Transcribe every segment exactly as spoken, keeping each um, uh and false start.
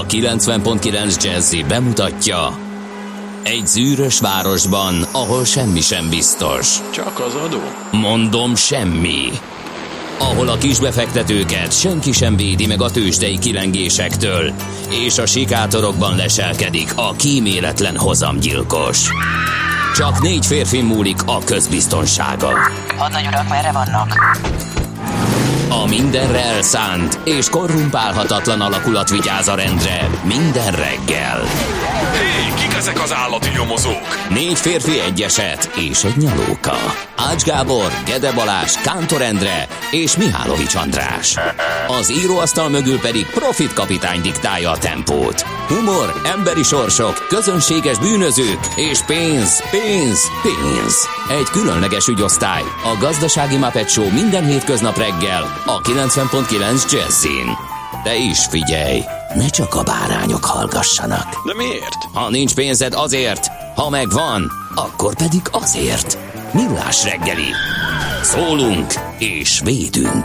kilencven pont kilenc Jazzy bemutatja: egy zűrös városban, ahol semmi sem biztos. Csak az adó? Mondom, semmi. Ahol a kisbefektetőket senki sem védi meg a tőzsdei kilengésektől, és a sikátorokban leselkedik a kíméletlen hozamgyilkos. Csak négy férfi múlik a közbiztonsága. Hadnagy urak, merre vannak? A mindenre elszánt és korrumpálhatatlan alakulat vigyáz a rendre minden reggel. Hé, kik ezek az állati nyomozók? Négy férfi, egy eset és egy nyalóka. Ács Gábor, Gede Balázs, Kántor Endre és Mihálovics András. Az íróasztal mögül pedig Profit kapitány diktálja a tempót. Humor, emberi sorsok, közönséges bűnözők és pénz, pénz, pénz. Egy különleges ügyosztály, a Gazdasági Muppet Show minden hétköznap reggel a kilencven pont kilenc Jazzin. De is figyelj, ne csak a bárányok hallgassanak. De miért? Ha nincs pénzed, azért, ha megvan, akkor pedig azért. Millás reggeli. Szólunk és védünk.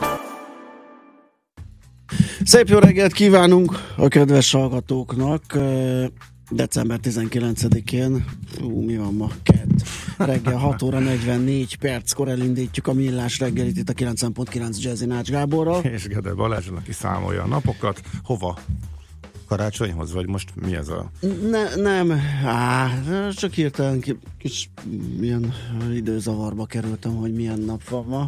Szép jó reggelt kívánunk a kedves hallgatóknak. december tizenkilencedikén, fú, mi van ma? Kedd. Reggel hat óra negyvennégy perckor elindítjuk a Millás reggelit itt a kilencven pont kilenc Jazzy Ács Gáborral. És Gede Balázson, aki számolja a napokat. Hova? Karácsonyhoz? Vagy most mi ez a... Ne, nem, á, csak hirtelen kis milyen időzavarba kerültem, hogy milyen nap van ma.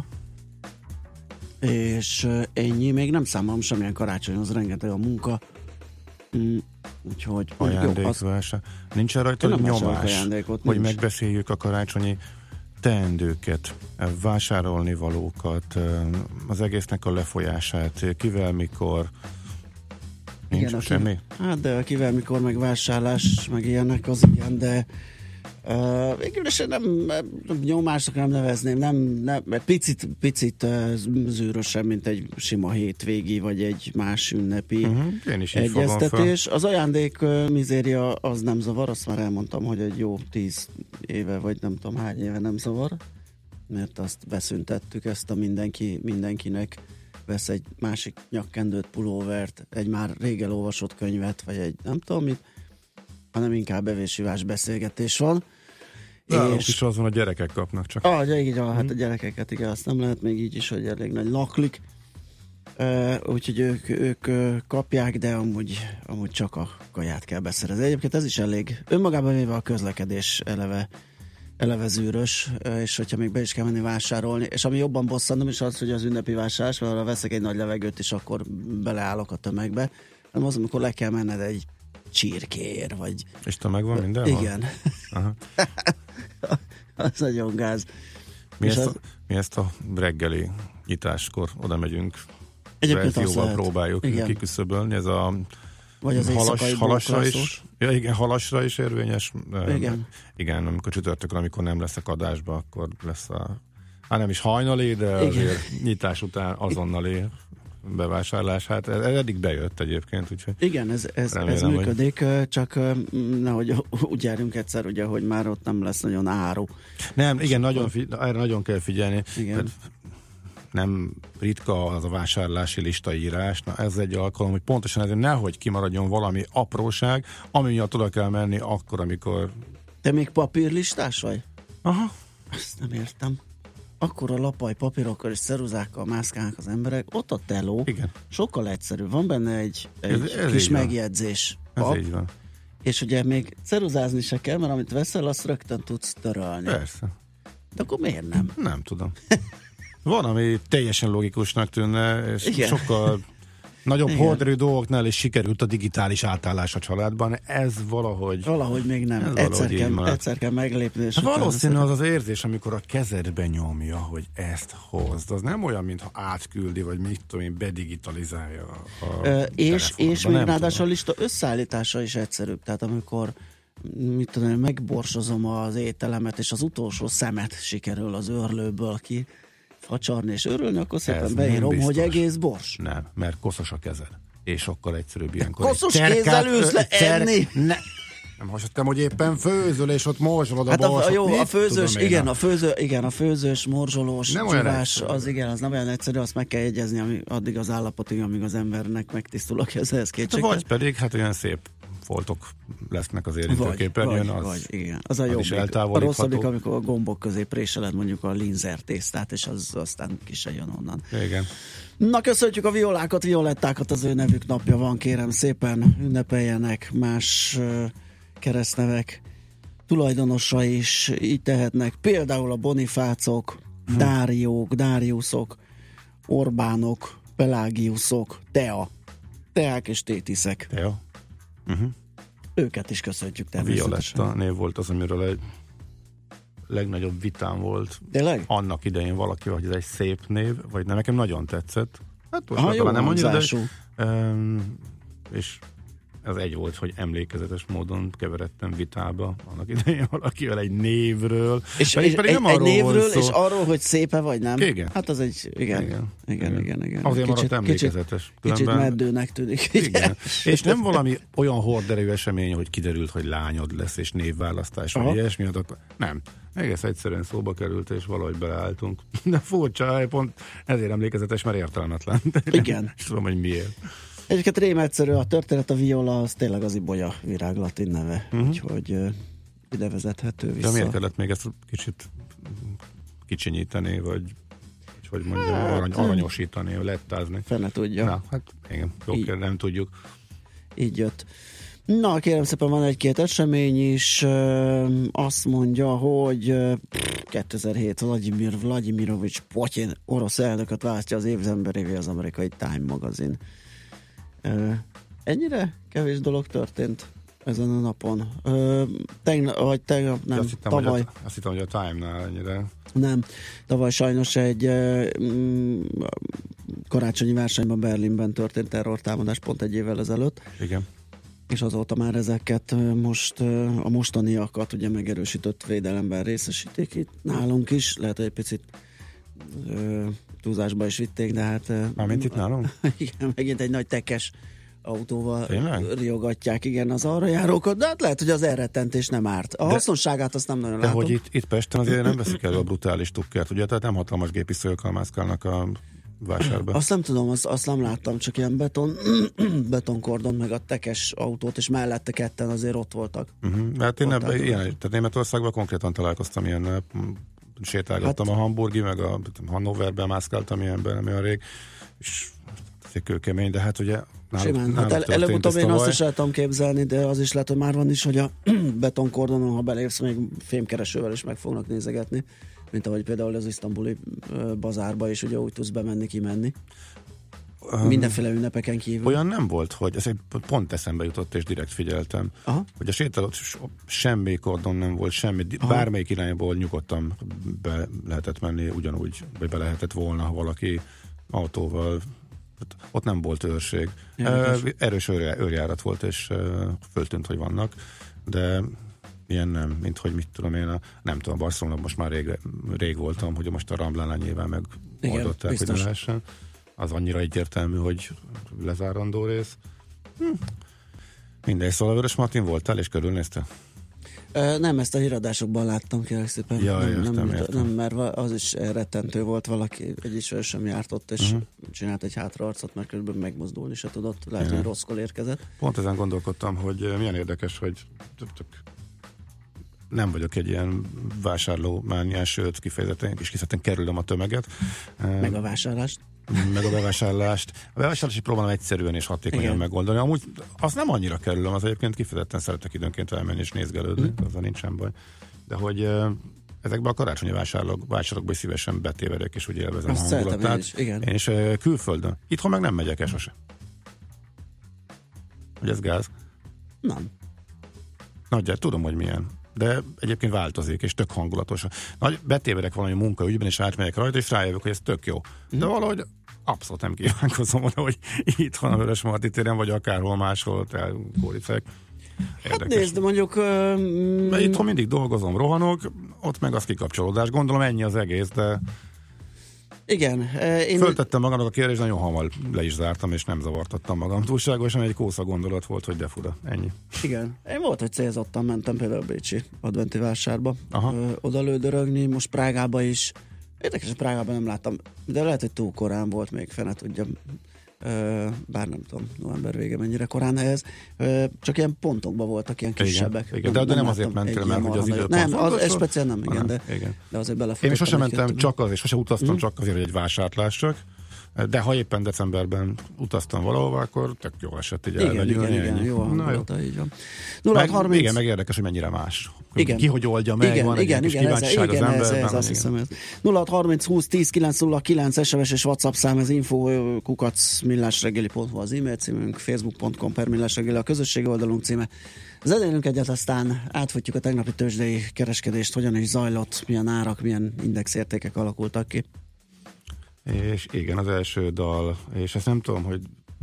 És ennyi, még nem számolom semmilyen karácsonyhoz, rengeteg a munka. Mm, úgyhogy... Ajándékvásár. Az... Nincsen rajta nyomás, hogy nincs. Megbeszéljük a karácsonyi teendőket, vásárolni valókat, az egésznek a lefolyását, kivel, mikor... Nincs igen, semmi? Hát de kivel, mikor, meg vásárlás, meg ilyenek, az igen, de uh, végül is nem, nem nyomásnak nem nevezném, nem, nem, picit, picit uh, zűrösebb, mint egy sima hétvégi, vagy egy más ünnepi uh-huh. egyeztetés. Az ajándék uh, mizéria az nem zavar, azt már elmondtam, hogy egy jó tíz éve, vagy nem tudom hány éve nem zavar, mert azt beszüntettük, ezt a mindenki, mindenkinek vesz egy másik nyakkendőt, pulóvert, egy már rég elolvasott könyvet, vagy egy nem tudom mit, hanem inkább bevésivás beszélgetés van. Nálunk és... is az van, a gyerekek kapnak csak. Ah, így van, hát a gyerekeket, igen, azt nem lehet még így is, hogy elég nagy laklik. Uh, úgyhogy ők, ők uh, kapják, de amúgy, amúgy csak a kaját kell beszerezni. Egyébként ez is elég. Önmagában véve a közlekedés eleve eleve zűrös, és hogyha még be is kell menni vásárolni, és ami jobban bosszant, nem is az, hogy az ünnepi vásárlás, mert ha veszek egy nagy levegőt, és akkor beleállok a tömegbe, hanem az, amikor le kell menned egy csirkér, vagy... És tömeg van minden? Igen. Aha. Az nagyon gáz. Mi ezt, az... a, mi ezt a reggeli nyitáskor oda megyünk, egyébként verzióval próbáljuk igen. kiküszöbölni, ez a vagy az halas, halasra is, ja igen, halasra is érvényes. Igen. Igen, amikor csütörtökön, amikor nem leszek adásba, akkor lesz a, hát nem is hajnali, de igen. azért nyitás után azonnali bevásárlás. Hát ez eddig bejött egyébként, úgyhogy igen, ez, ez, remélem, ez működik, hogy... csak nehogy úgy járjunk egyszer, ugye, hogy már ott nem lesz nagyon áru. Nem, igen, nagyon, erre nagyon kell figyelni. Igen. Nem ritka az a vásárlási listaírás, na ez egy alkalom, hogy pontosan ezért nehogy kimaradjon valami apróság, ami miatt oda kell menni akkor, amikor... Te még papírlistás vagy? Aha. Ezt nem értem. Akkor a lapaj papírokkal és ceruzákkal mászkálnak az emberek, ott a teló. Igen. Sokkal egyszerűbb. Van benne egy, egy ez, ez kis megjegyzés. Pap, ez így van. És ugye még ceruzázni se kell, mert amit veszel, azt rögtön tudsz törölni. Persze. De akkor miért nem? Nem tudom. Van, ami teljesen logikusnak tűnne, és igen. sokkal nagyobb horderű dolgoknál is sikerült a digitális átállás a családban. Ez valahogy... Valahogy még nem. Egyszer kell, egyszer kell meglépni. Hát valószínű az az érzés, amikor a kezedbe nyomja, hogy ezt hozd. Az nem olyan, mintha átküldi, vagy mit tudom én, bedigitalizálja a Ö, És, és még ráadásul a lista összeállítása is egyszerűbb. Tehát amikor mit tudom én, megborsozom az ételemet, és az utolsó szemet sikerül az őrlőből ki facsarni és örülni, akkor szépen beírom, hogy egész bors. Nem, mert koszos a kezed. És sokkal egyszerűbb ilyenkor. Koszos kézzel ülsz le enni? Ne, Nem hasonlítom, hogy éppen főzöl, és ott morzsolod a hát borsot. A, jó, Mit a főzős, tudom igen, a főző, igen, a főzős, morzsolós, csivás, az igen, az nem olyan egyszerű, azt meg kell jegyezni, ami addig az állapotig, amíg az embernek megtisztul a keze, ez kétségtelen. Vagy pedig, hát olyan szép foltok lesznek az érintőképernyőn. Vagy, az, vagy, igen. Az a jobbik. A rosszabbik, amikor a gombok közé préseled mondjuk a linzer tésztát, és az aztán ki se jön onnan. Igen. Na, köszöntjük a Violákat, Violettákat, az ő nevük napja van, kérem szépen, ünnepeljenek, más uh, keresztnevek tulajdonosa is így tehetnek, például a Bonifácok, hm. Dáriók, Dáriuszok, Orbánok, Pelágiuszok, Tea, Teák és Tétiszek. Tea. Uh-huh. Őket is köszöntjük természetesen. Violetta név volt az, amiről egy legnagyobb vitám volt. Tényleg? Annak idején valaki, hogy ez egy szép név, vagy nem, nekem nagyon tetszett. Hát most Aha, talán nem annyira, de, um, és ez egy volt, hogy emlékezetes módon keveredtem vitába annak idején valakivel egy névről. És, és egy, egy névről, és arról, hogy szépe vagy nem? Igen. Hát az egy, igen, igen, igen, igen. igen, igen. Azért maradt emlékezetes. Kicsit, kicsit meddőnek tűnik. Igen. És nem valami olyan horderejű esemény, hogy kiderült, hogy lányod lesz, és névválasztás, vagy ilyesmi, akkor nem. Egész egyszerűen szóba került, és valahogy beleálltunk. De furcsa, pont ezért emlékezetes, mert értelmetlen. Igen. És tudom, hogy miért. Egyébként rém egyszerű, a történet, a viola, az tényleg az ibolya virág latin neve, uh-huh. úgyhogy uh, ide vezethető vissza. De miért kellett még ezt kicsit kicsinyíteni, vagy hogy mondjam, arany, aranyosítani, lettázni? Fene tudja. Na, hát igen, jó, nem tudjuk. Így jött. Na, kérem szépen, van egy-két esemény is, uh, azt mondja, hogy uh, kétezer-hét Vladimir Vladimirovics Putyin orosz elnököt választja az évemberévé az amerikai Time magazin. Uh, ennyire kevés dolog történt ezen a napon. Uh, tegnap, vagy tegnap, nem, azt hittem, tavaly. Hogy a, azt hittem, hogy a Time-nál ennyire. Nem, tavaly sajnos egy uh, karácsonyi versenyben Berlinben történt terrortámadás pont egy évvel ezelőtt. Igen. És azóta már ezeket most, a mostaniakat ugye megerősített védelemben részesítik itt nálunk is. Lehet, hogy egy picit uh, túlzásba is vitték, de hát... Mármint itt nálunk? Igen, megint egy nagy tekes autóval Tényleg? riogatják, igen, az arra járókat, de hát lehet, hogy az elrettentés nem árt. A de, hasznosságát azt nem nagyon de látom. De hogy itt, itt Pesten azért nem veszik elő a brutális tukkert, ugye? Tehát nem hatalmas gépisztolyokkal mászkálnak a vásárba. Azt nem tudom, azt, azt nem láttam, csak ilyen beton, betonkordon, meg a tekes autót, és mellette ketten azért ott voltak. Uh-huh. Hát én ebben, ilyen, tehát Németországban konkrétan találkoztam ilyen, sétálgattam hát, a Hamburgi, meg a Hannoverben mászkáltam ilyenben, nem olyan rég, és ez egy kőkemény, de hát ugye náluk, simán, náluk hát el, előbb-utóbb én azt is el tudom képzelni, de az is lehet, hogy már van is, hogy a betonkordonon, ha belépsz, még fémkeresővel is meg fognak nézegetni, mint ahogy például az isztambuli uh, bazárba is ugye úgy tudsz bemenni, kimenni. Um, Mindenféle ünnepeken kívül. Olyan nem volt, hogy ez egy pont eszembe jutott, és direkt figyeltem, aha. hogy a sétáló semmi kordon nem volt, semmi, aha. bármelyik irányból nyugodtan be lehetett menni ugyanúgy, vagy be lehetett volna, ha valaki autóval, ott nem volt őrség. Ja, uh, erős őr, őrjárat volt, és uh, föltűnt, hogy vannak, de ilyen nem, mint hogy mit tudom én, a, nem tudom, Barcelonában most már rég, rég voltam, hogy most a Ramblánál nyilván megoldották, hogy ne lehessen. Az annyira egyértelmű, hogy lezárandó rész. Hm. Mindegy, szóval a Vörös Martin voltál, és körülnézte? Ö, nem, ezt a híradásokban láttam, kérlek szépen. Ja, nem, értem, nem, értem. nem, mert az is rettentő volt, valaki egy ismerősöm járt ott, és uh-huh. csinált egy hátraarcot, mert körülbelül megmozdulni se tudott. Lehet, ja. hogy rosszkor érkezett. Pont ezen gondolkodtam, hogy milyen érdekes, hogy nem vagyok egy ilyen vásárlómániás, sőt, kifejezetten, és kifejezetten kerülöm a tömeget. Meg a vásárlást. Meg a bevásárlást. A bevásárlást próbálom egyszerűen és hatékonyan igen. megoldani. Amúgy azt nem annyira kerülöm, az egyébként kifejezetten szeretek időnként elmenni és nézgelődni, mm. azzal nincsen baj. De hogy ezekben a karácsonyi vásárlók, vásárokban is szívesen betévedek, és úgy élvezem azt a hangulatát. Én is, igen. Én is külföldön. Itthon meg nem megyek el sose. Hogy ez gáz? Nem. Nagyjából tudom, hogy milyen. De egyébként változik, és tök hangulatos. Nagy betévedek valami munkaügyben, és átmegyek rajta, és rájövök, hogy ez tök jó. De valahogy abszolút nem kívánkozom oda, hogy itt van a Vörös Marty téren, vagy akárhol máshol elkóricek. Hát nézd, mondjuk... Um... De itthon mindig dolgozom, rohanok, ott meg az kikapcsolódás. Gondolom ennyi az egész, de... Igen. Én föltettem magamnak a kérdést, nagyon hamar le is zártam, és nem zavartattam magam. Túlságosan egy kósza gondolat volt, hogy de fura. Ennyi. Igen. Én volt, hogy célzottan mentem például a bécsi adventi vásárba. Ö, oda lődörögni, most Prágába is. Érdekes, hogy Prágában nem láttam, de lehet, hogy túl korán volt még, fene tudja. Ö, bár nem tudom, november vége mennyire korán ehhez. Ö, csak ilyen pontokban voltak, ilyen kisebbek. Igen, igen. De, nem, de nem azért mentél, mert hogy az időpont nem, az, ez speciál nem, igen, de, igen. de azért belefutottam. Én sosem mentem csak azért, sosem utaztam mm. csak azért, hogy egy vásárt lássak. De ha éppen decemberben utaztam valahova, akkor tök jól esett így elmegyünk. Igen, igen, jó hangolta, így van. nulla harminc Igen, meg érdekes, hogy mennyire más. Igen. Ki hogy oldja meg, igen, van igen, egy igen, kis kíváncsiság az emberben. Ez, azt hiszem, ez. nulla hat harminc húsz tíz kilenc nulla kilenc es em es és WhatsApp szám, ez info kukac millásreggeli pont hu az e-mail címünk, facebook pont com per millásreggeli a közösségi oldalunk címe. Zenélünk egyet, aztán átfutjuk a tegnapi tőzsdei kereskedést, hogyan is zajlott, milyen árak, milyen indexértékek alakultak ki. És igen, az első dal, és ezt nem tudom, hogy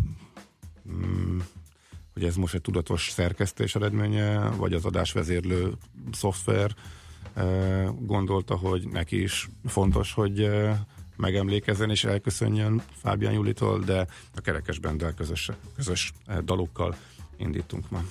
mm, hogy ez most egy tudatos szerkesztés eredménye, vagy az adásvezérlő szoftver e, gondolta, hogy neki is fontos, hogy e, megemlékezzen és elköszönjön Fábián Julitól, de a Kerekes Benddel közös, közös dalokkal indítunk ma.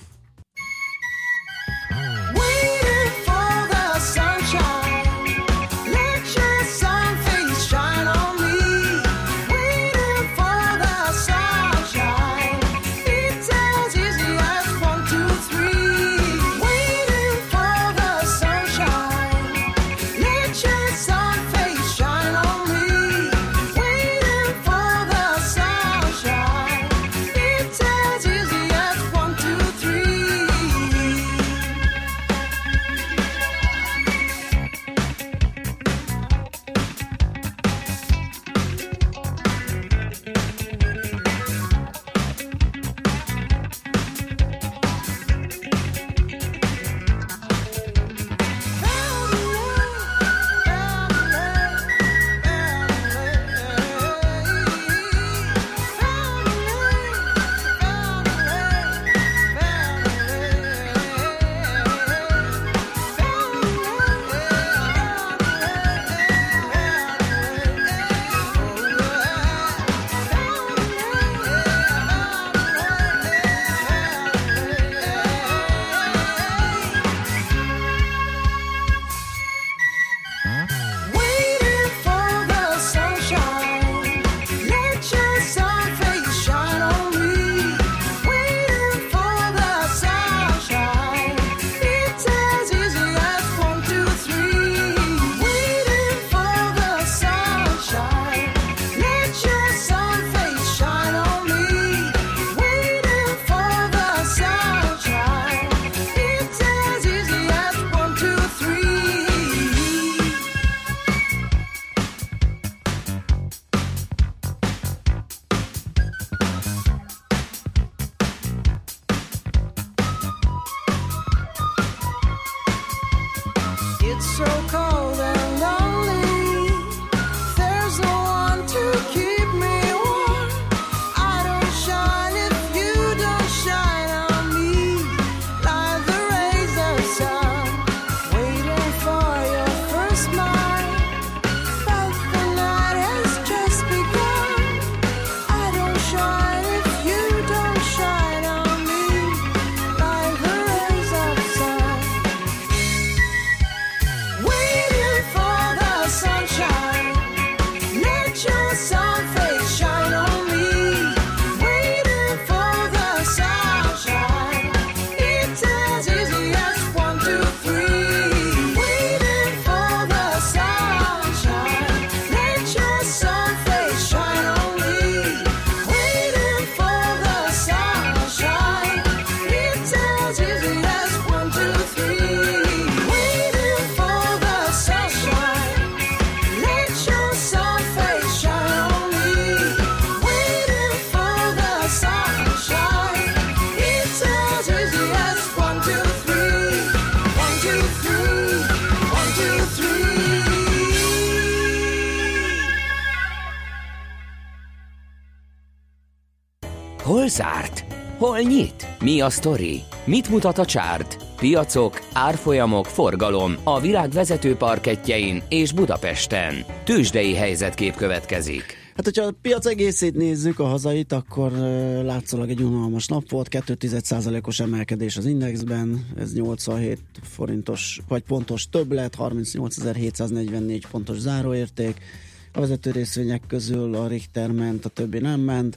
Hol zárt? Hol nyit? Mi a sztori? Mit mutat a csárt? Piacok, árfolyamok, forgalom a világ vezető parkettjein és Budapesten. Tőzsdei helyzetkép következik. Hát, hogyha a piac egészét nézzük, a hazait, akkor uh, látszólag egy unalmas nap volt, két egész egy százalékos emelkedés az indexben, ez nyolcvanhét forintos, vagy pontos többlet, harmincnyolcezer-hétszáznegyvennégy pontos záróérték. A vezető részvények közül a Richter ment, a többi nem ment.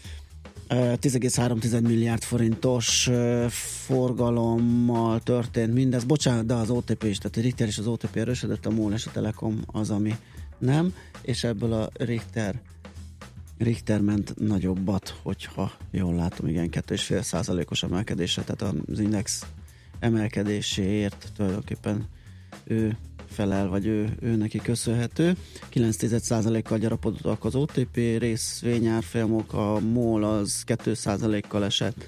tíz egész három milliárd forintos uh, forgalommal történt mindez. Bocsánat, de az o té pé is, tehát a Richter és az o té pé erősödött, a MOL és a Telekom az, ami nem, és ebből a Richter Richter ment nagyobbat, hogyha jól látom, igen, két egész öt százalékos emelkedése, tehát az index emelkedéséért tulajdonképpen ő felel, vagy ő, ő neki köszönhető. kilenc százalékkal gyarapodottak az o té pé részvényárfolyamok, a MOL az két százalékkal esett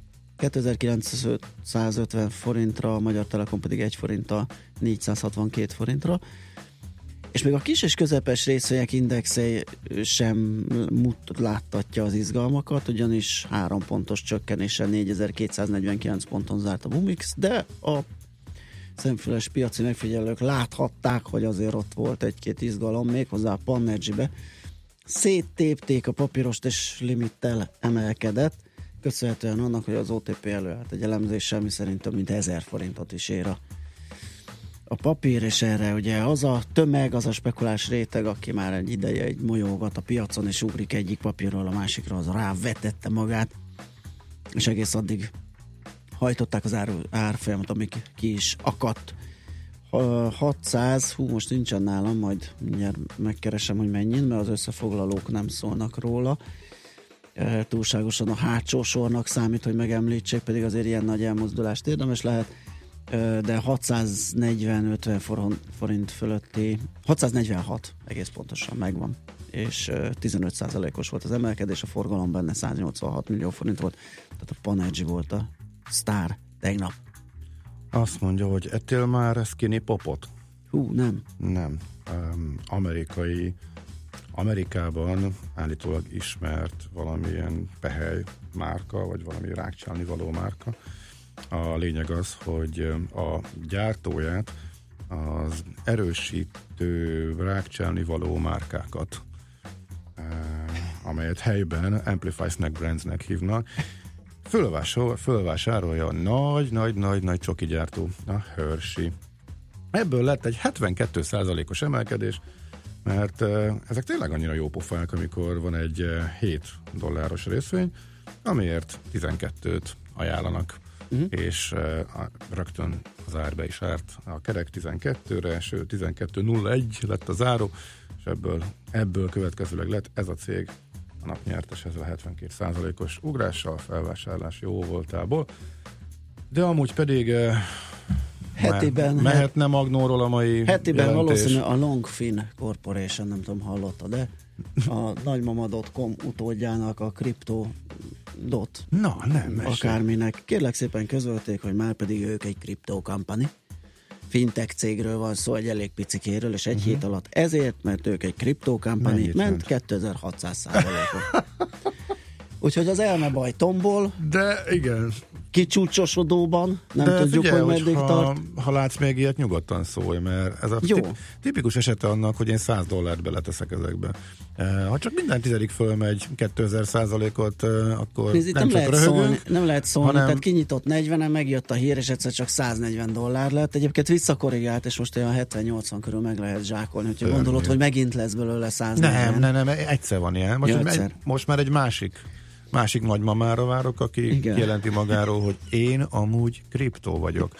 kétezer-kilencszázötven forintra, a Magyar Telekom pedig egy forinttal négyszázhatvankét forintra. És még a kis és közepes részvények indexei sem mut, láttatja az izgalmakat, ugyanis három pontos csökkenéssel négyezer-kétszáznegyvenkilenc ponton zárt a Bumix, de a szemfüles piaci megfigyelők láthatták, hogy azért ott volt egy-két izgalom, méghozzá a Panergy-be. Széttépték a papírost, és limittel emelkedett, köszönhetően annak, hogy az o té pé előállt egy elemzéssel, mi szerint több mint ezer forintot is ér a a papír, és erre ugye az a tömeg, az a spekulás réteg, aki már egy ideje egy molyógat a piacon, és ugrik egyik papírról a másikra, az rávetette magát, és egész addig hajtották az ár, árfolyamat, amik ki is akadt. hatszáz, hú, most nincsen nálam, majd mindjárt megkeresem, hogy mennyin, mert az összefoglalók nem szólnak róla. E, túlságosan a hátsó sornak számít, hogy megemlítsék, pedig azért ilyen nagy elmozdulást érdemes lehet, de hatszáznegyven-ötven forint fölötti, hatszáznegyvenhat egész pontosan megvan, és tizenöt százalékos volt az emelkedés, a forgalom benne száznyolcvanhat millió forint volt, tehát a Panergy volt a sztár tegnap. Azt mondja, hogy ettél már skinny popot? Hú, nem. Nem. Um, amerikai Amerikában állítólag ismert valamilyen pehely márka, vagy valami rákcsálni való márka. A lényeg az, hogy a gyártóját az erősítő rákcsálni való márkákat, amelyet helyben Amplify Snack Brandsnek hívnak, fölvásárolja, fölvásárolja a nagy-nagy-nagy-nagy csoki gyártó, a Hershey. Ebből lett egy hetvenkét százalékos emelkedés, mert ezek tényleg annyira jó pofák, amikor van egy hét dolláros részvény, amiért tizenkettőt ajánlanak. Uh-huh. És uh, rögtön az árbe is árt a kerek tizenkettőre, sőt tizenkettő nulla egy lett a záró, és ebből, ebből következőleg lett ez a cég a nap nyertes ezzel a hetvenkét százalékos ugrással, felvásárlás jó voltából. De amúgy pedig uh, hetiben, me- mehetne Magnóról a mai hetiben jelentés. Valószínűleg a Longfin Corporation, nem tudom, hallotta, de a nagymama pont com utódjának a kriptó dot. Na, nem mesélj. Akárminek. Kérlek szépen közölték, hogy már pedig ők egy kriptó company. Fintech cégről van szó, egy elég picikéről, és egy uh-huh. hét alatt ezért, mert ők egy kriptó company, mennyit ment kétezer-hatszáz százalékot. Úgyhogy az elmebaj tombol. De igen. Kicsúcsosodóban, nem de tudjuk, figyelj, hogy meddig ha, tart. Ha látsz még ilyet, nyugodtan szólj, mert ez a Jó. tip, tipikus esete annak, hogy én száz dollárt beleteszek ezekbe. Ha csak minden tizedik fölmegy kétezer százalékot, akkor Nézd, nem, nem, csak lehet röhögünk, szólni, nem lehet szólni, hanem... tehát kinyitott negyvenen, megjött a hír, és egyszer csak száznegyven dollár lett. Egyébként visszakorrigált, és most olyan hetven-nyolcvan körül meg lehet zsákolni, hogyha Örmény. Gondolod, hogy megint lesz belőle száznegyven. Nem, nem, nem, egyszer van ilyen. Most, ja, egy, most már egy másik másik nagymamára várok, aki Igen. jelenti magáról, hogy én amúgy kriptó vagyok.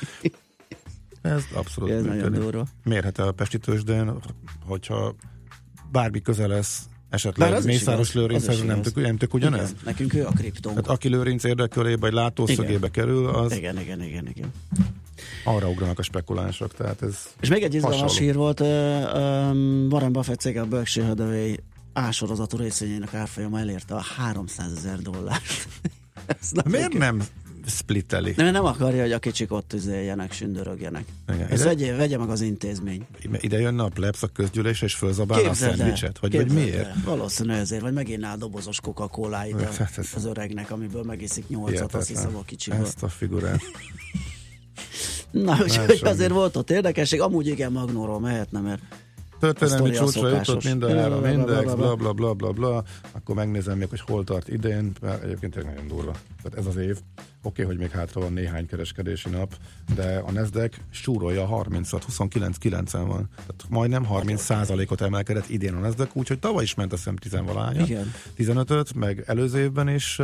Ez abszolút Ez nagyon durva. Mérhet-e a pesti tőzsdén, hogyha bármi közel lesz esetleg Mészáros Lőrinchez, nem tök, nem tök ugyanez? Igen, nekünk ő a kriptónk. Tehát aki Lőrinc érdekörébe, vagy látószögébe kerül, az igen, igen, igen, igen. arra ugranak a spekulánsok. Tehát ez és még egy izgalmas hasonló. hír volt, uh, um, Warren Buffett cég, a Berkshire Hathaway A-sorozatú részvényének árfolyama elérte a háromszázezer dollárt. Miért nem splitteli? Nem, nem akarja, hogy a kicsik ott üzéljenek, sündörögjenek. Igen. Ez vegye, vegye meg az intézmény. Ide jönne a plebsz a közgyűlésre, és fölzabálna a szendvicset? Vagy, vagy miért? El. Valószínűleg ezért, vagy megint áll dobozos Coca-Coláit az öregnek, amiből megiszik nyolcat, azt hiszem a kicsiből. Ezt a figurát. Na, úgyhogy azért volt ott érdekesség. Amúgy igen, Magnóról mehetne, mert történelmi csúcsra jutott mind a három index, bla bla bla bla bla, akkor megnézem még, hogy hol tart idén, mert egyébként tényleg nagyon durva. Tehát ez az év, oké, okay, hogy még hátra van néhány kereskedési nap, de a Nasdaq súrolja harmincat, huszonkilenc kilencen van. Tehát majdnem harminc százalékot emelkedett idén a Nasdaq, úgyhogy tavaly is ment a szem tizenvalahányat, tizenötöt, meg előző évben is.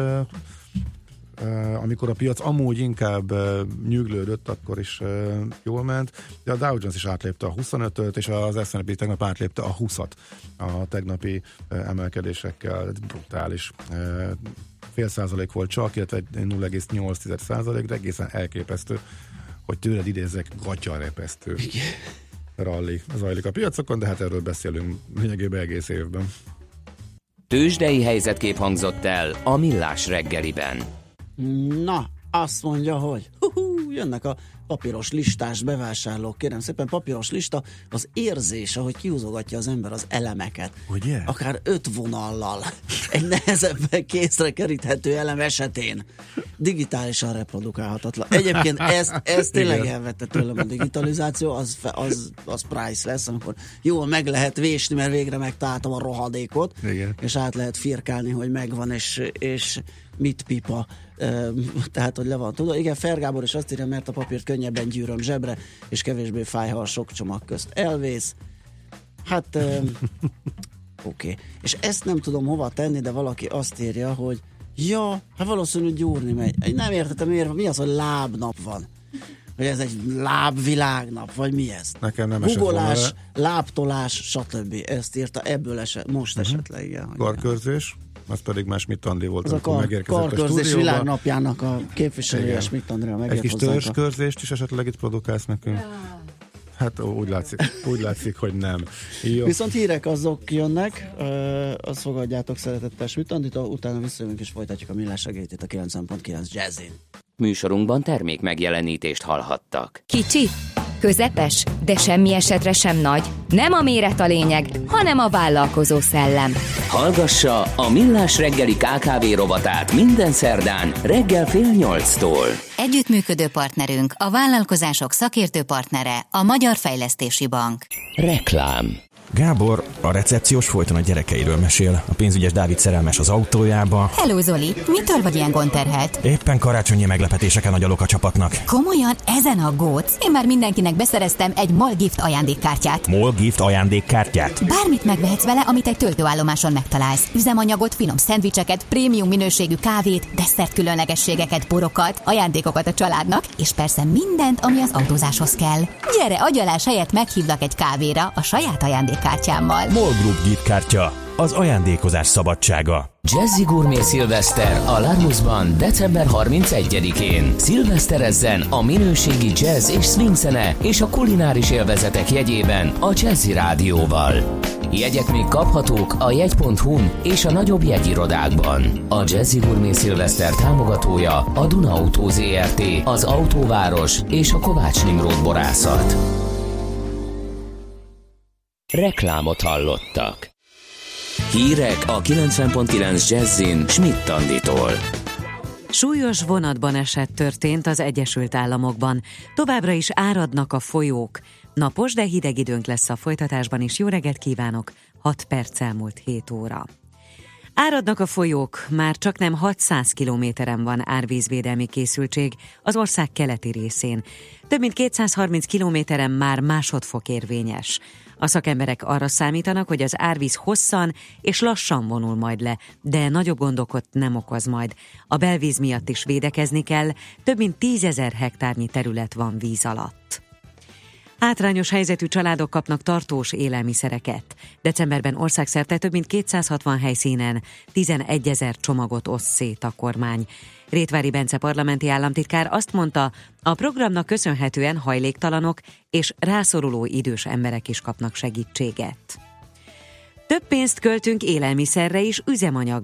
Uh, amikor a piac amúgy inkább uh, nyüglődött, akkor is uh, jól ment, de a Dow Jones is átlépte a huszonötöt, és az es and pé tegnap átlépte a húszat a tegnapi uh, emelkedésekkel. Ez brutális. Uh, fél százalék volt csak, illetve nulla egész nyolc százalék, de egészen elképesztő, hogy tőled idézzek, gatyarepesztő ralli zajlik a piacokon, de hát erről beszélünk lényegében egész évben. Tőzsdei helyzetkép hangzott el a Millás reggeliben. Na, azt mondja, hogy hú, jönnek a papíros listás bevásárlók, kérem szépen, papíros lista, az érzés, ahogy kihúzogatja az ember az elemeket. Ugye? Akár öt vonallal, egy nehezebben kézre keríthető elem esetén. Digitálisan reprodukálhatatlan. Egyébként ezt, ezt tényleg elvette tőlem a digitalizáció, az, az, az price lesz, amikor jól meg lehet vésni, mert végre megtaláltam a rohadékot, igen. És át lehet firkálni, hogy megvan, és, és mit pipa. Tehát, hogy le van tudva. Igen, Fergábor is azt írja, mert a papírt könnyebben gyűröm zsebre, és kevésbé fáj, ha a sok csomag közt elvész. Hát, oké. Okay. És ezt nem tudom hova tenni, de valaki azt írja, hogy ja, hát valószínűleg gyúrni megy. Nem értettem, miért, mi az, hogy lábnap van? Hogy ez egy lábvilágnap, vagy mi ez? Nekem nem Googolás, lábtolás, stb. Ezt írta, ebből eset, most uh-huh. esetleg, igen. Karkörzés, az pedig más Schmidt Andi volt, az amikor kar- megérkezett a stúdióba. Karkörzés világnapjának a képviselője Schmidt Andrea megjött egy kis törzskörzést is esetleg itt produkálsz nekünk? Ja. Hát ó, úgy látszik, úgy látszik, hogy nem. Jó. Viszont hírek azok jönnek, ö, azt fogadjátok szeretettel Schmidt Anditól, utána visszajövünk és folytatjuk a Millás reggelit itt a kilencven pont kilenc Jazzin. Műsorunkban termék megjelenítést hallhattak. Kicsi, közepes, de semmi esetre sem nagy. Nem a méret a lényeg, hanem a vállalkozó szellem. Hallgassa a Millás reggeli ká ká vé rovatát minden szerdán reggel fél nyolctól. Együttműködő partnerünk, a vállalkozások szakértő partnere, a Magyar Fejlesztési Bank. Reklám. Gábor, a recepciós folyton a gyerekeiről mesél. A pénzügyes Dávid szerelmes az autójába. Hello Zoli, mitől vagy ilyen gondterhelt? Éppen karácsonyi meglepetéseken agyalok a csapatnak. Komolyan, ezen aggódsz? Én már mindenkinek beszereztem egy MOL Gift ajándékkártyát. MOL Gift ajándékkártyát? Bármit megvehetsz vele, amit egy töltőállomáson megtalálsz. Üzemanyagot, finom szendvicseket, prémium minőségű kávét, desszert különlegességeket, borokat, ajándékokat a családnak, és persze mindent, ami az autózáshoz kell. Gyere, agyalás helyett meghívlak egy kávéra a saját ajándékkártyámmal. MOL Group Gift kártya. Az ajándékozás szabadsága. Jazzy Gourmet Szilveszter a Larusban december harmincegyedikén. Szilveszterezzen a minőségi jazz és swing zene és a kulináris élvezetek jegyében a Jazzy Rádióval. Jegyek még kaphatók a jegy pont hu-n és a nagyobb jegyirodákban. A Jazzy Gourmet Szilveszter támogatója a Duna Autó zé er té, az Autóváros és a Kovács Nimród Borászat. Reklámot hallottak. Hírek a kilencven pont kilenc Jazzin Schmidt Anditól. Súlyos vonatban eset történt az Egyesült Államokban. Továbbra is áradnak a folyók. Napos, de hideg időnk lesz a folytatásban is. Jó reggelt kívánok! hat perc elmúlt hét óra. Áradnak a folyók, már csak nem hatszáz kilométeren van árvízvédelmi készültség az ország keleti részén. Több mint kétszázharminc kilométeren már másodfok érvényes. A szakemberek arra számítanak, hogy az árvíz hosszan és lassan vonul majd le, de nagyobb gondokat nem okoz majd. A belvíz miatt is védekezni kell, több mint tízezer hektárnyi terület van víz alatt. Hátrányos helyzetű családok kapnak tartós élelmiszereket. Decemberben országszerte több mint kétszázhatvan helyszínen tizenegyezer csomagot oszt szét a kormány. Rétvári Bence parlamenti államtitkár azt mondta, a programnak köszönhetően hajléktalanok és rászoruló idős emberek is kapnak segítséget. Több pénzt költünk élelmiszerre és üzemanyagra.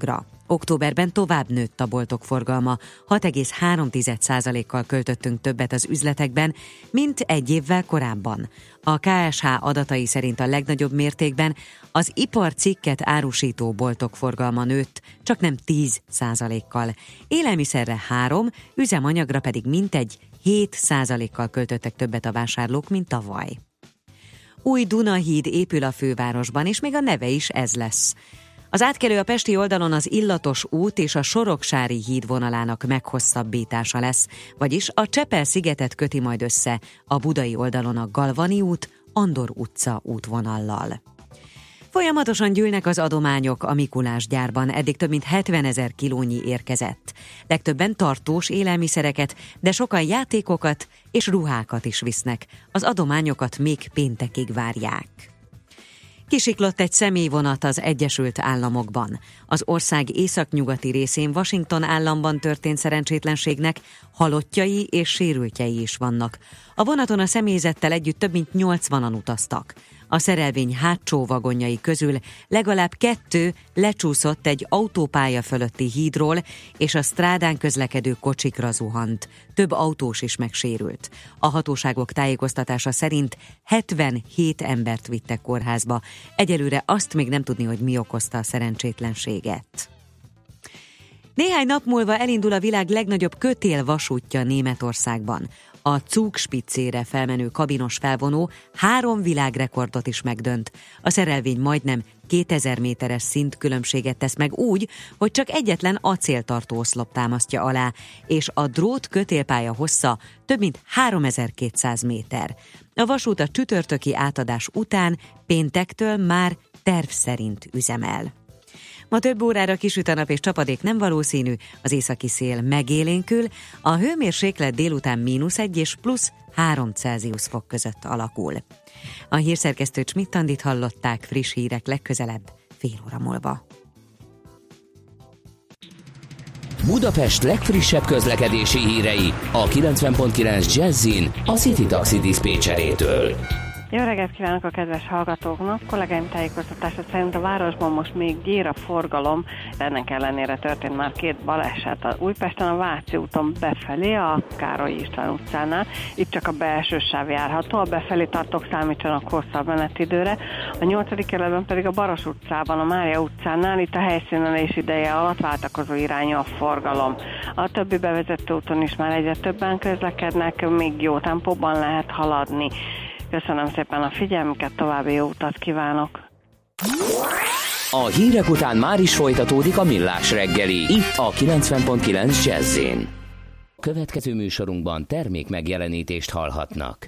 Októberben tovább nőtt a boltok forgalma, hat egész három százalékkal költöttünk többet az üzletekben, mint egy évvel korábban. A ká es há adatai szerint a legnagyobb mértékben az iparcikket árusító boltok forgalma nőtt, csak nem tíz százalékkal. Élelmiszerre három, üzemanyagra pedig mintegy hét százalékkal költöttek többet a vásárlók, mint tavaly. Új Dunahíd épül a fővárosban, és még a neve is ez lesz. Az átkelő a pesti oldalon az Illatos út és a Soroksári híd vonalának meghosszabbítása lesz, vagyis a Csepel-szigetet köti majd össze a budai oldalon a Galvani út, Andor utca útvonallal. Folyamatosan gyűlnek az adományok a Mikulás gyárban, eddig több mint hetvenezer kilónyi érkezett. Legtöbben tartós élelmiszereket, de sokan játékokat és ruhákat is visznek. Az adományokat még péntekig várják. Kisiklott egy személyvonat az Egyesült Államokban. Az ország északnyugati részén, Washington államban történt szerencsétlenségnek halottjai és sérültjei is vannak. A vonaton a személyzettel együtt több mint nyolcvanan utaztak. A szerelvény hátsó vagonjai közül legalább kettő lecsúszott egy autópálya fölötti hídról, és a strádán közlekedő kocsikra zuhant. Több autós is megsérült. A hatóságok tájékoztatása szerint hetvenhét embert vittek kórházba. Egyelőre azt még nem tudni, hogy mi okozta a szerencsétlenséget. Néhány nap múlva elindul a világ legnagyobb kötélvasútja Németországban. A Zugspitzére felmenő kabinos felvonó három világrekordot is megdönt. A szerelvény majdnem kétezer méteres szintkülönbséget tesz meg úgy, hogy csak egyetlen acéltartó oszlop támasztja alá, és a drót kötélpálya hossza több mint háromezer-kétszáz méter. A vasút a csütörtöki átadás után péntektől már terv szerint üzemel. Ma több órára kisüt a nap és csapadék nem valószínű, az északi szél megélénkül, a hőmérséklet délután mínusz egy és plusz három Celsius fok között alakul. A hírszerkesztő Schmidt-Andit hallották, friss hírek legközelebb, fél óra múlva. Budapest legfrissebb közlekedési hírei a kilencven pont kilenc Jazzin a City Taxi diszpécserétől. Jó reggelt kívánok a kedves hallgatóknak! Kollégáim tájékoztatása szerint a városban most még gyér a forgalom, de ennek ellenére történt már két baleset. A Újpesten a Váci úton befelé, a Károly István utcánál, itt csak a belső sáv járható, a befelé tartók számítsanak hosszabb menetidőre. A nyolcadik kerületben pedig a Baros utcában, a Mária utcánál, itt a helyszínelés ideje alatt váltakozó irányú a forgalom. A többi bevezető úton is már egyre többen közlekednek, még jó tempóban lehet haladni. Köszönöm szépen a figyelmüket, további jó utat kívánok! A hírek után már is folytatódik a Millás reggeli, itt a kilencven pont kilenc Jazz-én. Következő műsorunkban termék megjelenítést hallhatnak.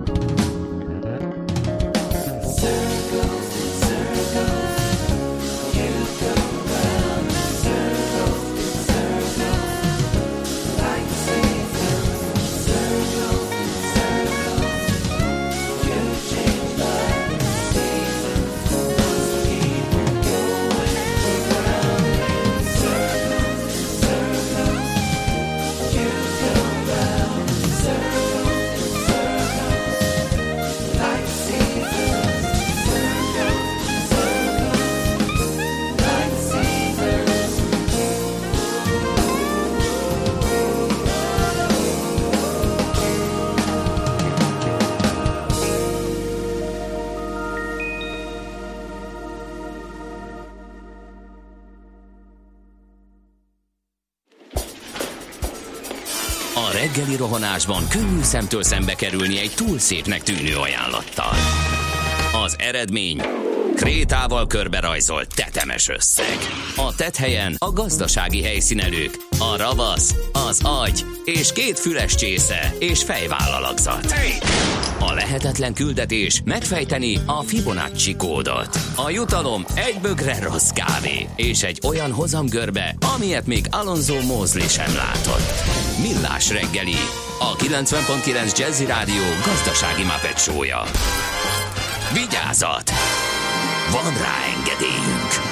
A reggeli rohanásban könnyű szemtől szembe kerülni egy túl szépnek tűnő ajánlattal. Az eredmény krétával körberajzolt tetemes összeg. A tetthelyen a gazdasági helyszínelők, a ravasz, az agy és két füles csésze és fejvállalakzat. A lehetetlen küldetés megfejteni a Fibonacci kódot. A jutalom egy bögre rossz kávé és egy olyan hozamgörbe, amilyet még Alonso Mosley sem látott. Millás reggeli, a kilencven pont kilenc Jazzy Rádió gazdasági Muppet show-ja. Vigyázat! Van rá engedélyünk!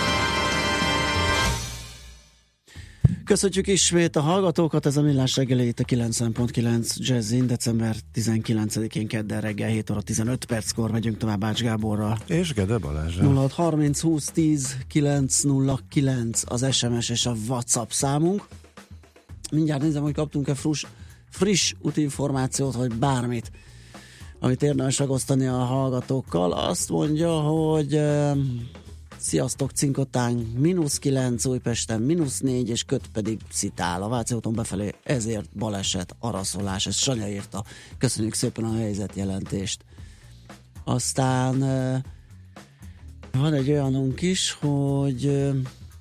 Köszönjük ismét a hallgatókat, ez a Millás reggeli itt a kilencven pont kilenc Jazzin, december tizenkilencedikén kedden reggel hét óra tizenöt perckor megyünk tovább Ács Gáborral. És Gede Balázsra. nulla hat harminc húsz tíz kilenc nulla kilenc az es em es és a WhatsApp számunk. Mindjárt nézem, hogy kaptunk-e friss, friss útinformációt, vagy bármit, amit érdemes megosztani a hallgatókkal. Azt mondja, hogy uh, sziasztok, Cinkotán mínusz kilenc, Újpesten mínusz négy, és Köt pedig szitál. A Váci úton befelé ezért baleset, araszolás. Ezt Sanya írta. Köszönjük szépen a helyzetjelentést. Aztán uh, van egy olyanunk is, hogy uh,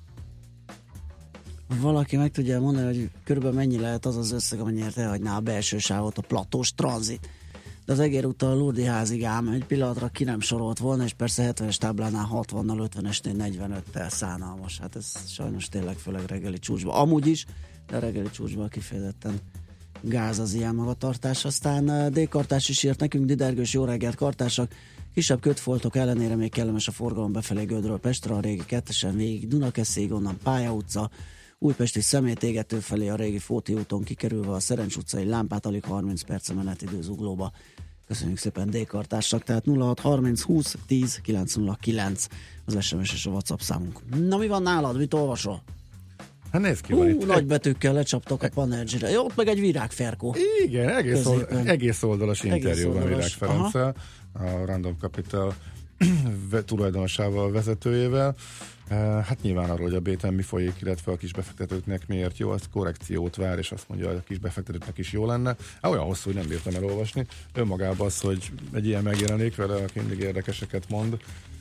valaki meg tudja mondani, hogy körülbelül mennyi lehet az az összeg, amennyiért elhagyná a belső sávot a platós tranzit. De az Egér úttal a Lurdi házig ám egy pillanatra ki nem sorolt volna, és persze hetvenes táblánál hatvannal, ötvenesnél negyvenöttel szánalmas. Hát ez sajnos tényleg főleg reggeli csúcsban. Amúgy is, de a reggeli csúcsban kifejezetten gáz az ilyen magatartás. Aztán D-kartás is írt nekünk, Didergős, jó reggelt kartársak. Kisebb kötfoltok ellenére még kellemes a forgalom befelé Gödről Pestre, a régi kettesen végig Dunakeszéig, onnan Pálya utca, Újpesti szemétégető felé a régi Fóti úton kikerülve a Szerencs utcai lámpát alig harminc perc menetidő Zuglóba. Köszönjük szépen D-kartársak, tehát nulla hat harminc húsz tíz kilenc nulla kilenc az es em es és a WhatsApp számunk. Na, mi van nálad? Mit olvasol? Hát nézd ki, Hú, van itt. nagy betűkkel lecsaptak a Panergyre. Jó, ott meg egy virágferkó. Igen, egész, old, egész oldalas interjú van Virág Ferenccel, a Random Capital tulajdonosával, vezetőjével. Hát nyilván arról, hogy a béten mi folyik, illetve a kisbefektetőknek miért jó, azt korrekciót vár, és azt mondja, hogy a kisbefektetőknek is jó lenne. Hát olyan hosszú, hogy nem bírtam elolvasni. Önmagában az, hogy egy ilyen megjelenik vele, aki mindig érdekeseket mond,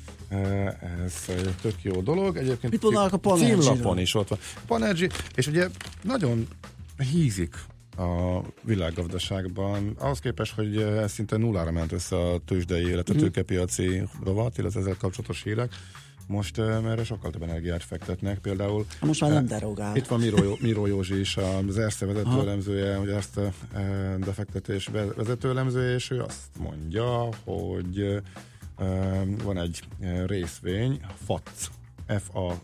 ez egy tök jó dolog. Egyébként mit mondanak a Panergy-ről? Címlapon is ott van. Panergy, és ugye nagyon hízik a világgazdaságban, ahhoz képest, hogy ez szinte nullára ment össze a tőzsdei, illetve a tőkepiaci rovat, illetve ezzel kapcsolatos hírek. Most uh, erre sokkal több energiát fektetnek, például. Most már nem derogál. Itt van Miró, Miró Józsi is, az Erste vezetőelemzője, hogy Erste uh, befektetés vezetőelemzője, és ő azt mondja, hogy uh, van egy uh, részvény, F A C, F A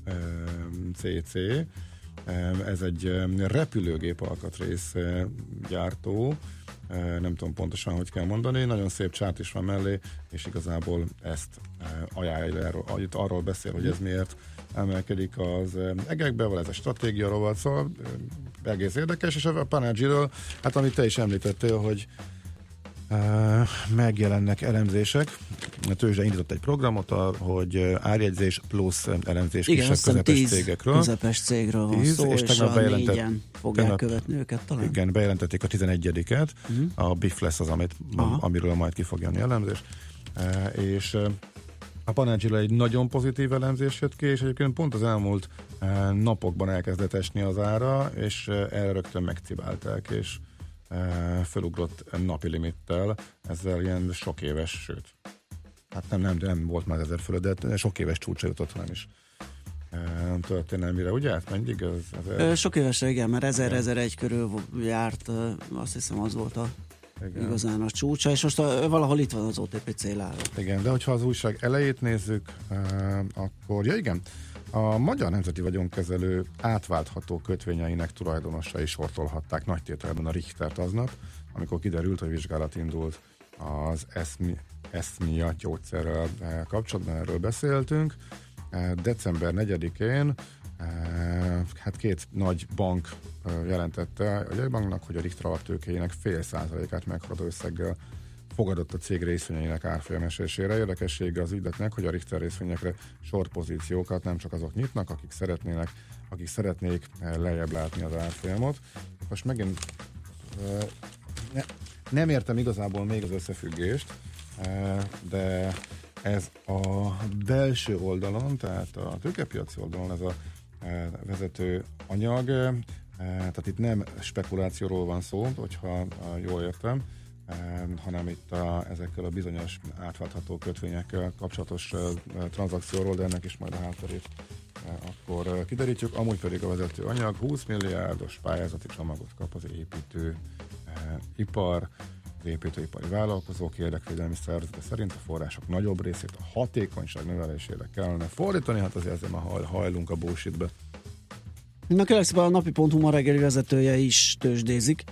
C C, uh, ez egy uh, repülőgép alkatrész uh, gyártó, nem tudom pontosan, hogy kell mondani, nagyon szép csárt is van mellé, és igazából ezt ajánlja, arról, arról beszél, hogy ez miért emelkedik az egekbe, vagy ez a stratégia rovat, szóval egész érdekes, és a Panergyről, hát amit te is említettél, hogy uh, megjelennek elemzések, a tőzsde indított egy programot, a, hogy árjegyzés plusz elemzés igen, kisebb közepes cégekről. közepes cégről van tíz, szó, és, és a négyen fogják tegnap, követni őket talán. Igen, bejelentették a tizenegyediket, uh-huh. a B I F lesz az, amit, amiről majd ki fog jönni elemzés, uh, és uh, a Panergyről egy nagyon pozitív elemzés jött ki, és egyébként pont az elmúlt uh, napokban elkezdett esni az ára, és uh, erre rögtön megcibálták, és felugrott napi limittel, ezzel ilyen sok éves, sőt, hát nem, nem, nem volt már ezer fölött, de sok éves csúcsra jutott, nem is történelmire, ugye? Hát mindig ez, ez sok évesre, igen, mert ezer-ezer-egy körül járt, azt hiszem az volt a igen. igazán a csúcsa, és most a, valahol itt van az o té pé célára. Igen, de hogyha az újság elejét nézzük, akkor, ja igen, a Magyar Nemzeti Vagyonkezelő átváltható kötvényeinek tulajdonosai sortolhatták nagy tételben a Richtert aznap, amikor kiderült, hogy vizsgálat indult az eszmia gyógyszerrel kapcsolatban, erről beszéltünk. december negyedikén hát két nagy bank jelentette a jegybanknak, hogy a Richter alaptőkéjének fél százalékát meghaladó összeggel fogadott a cég részvényeinek árfolyamesésére. Érdekessége az ügyletnek, hogy a Richter részvényekre sortpozíciókat nem csak azok nyitnak, akik szeretnének, akik szeretnék lejjebb látni az árfolyamot. Most megint ne, nem értem igazából még az összefüggést, de ez a belső oldalon, tehát a tőkepiaci oldalon ez a vezető anyag, tehát itt nem spekulációról van szó, hogyha jól értem, hanem itt a, ezekkel a bizonyos átváltható kötvényekkel kapcsolatos tranzakcióról, de ennek is majd a hátterét akkor kiderítjük. Amúgy pedig a vezető anyag húsz milliárdos pályázati csomagot kap az építő ipar, az építőipari vállalkozók érdekvédelmi szervezete szerint a források nagyobb részét a hatékonyság növelésére kellene fordítani, hát azért ezzel már hajlunk a bullshitbe. Na kérlek szépen, a napi pont hu ma reggeli vezetője is tőzsdézik,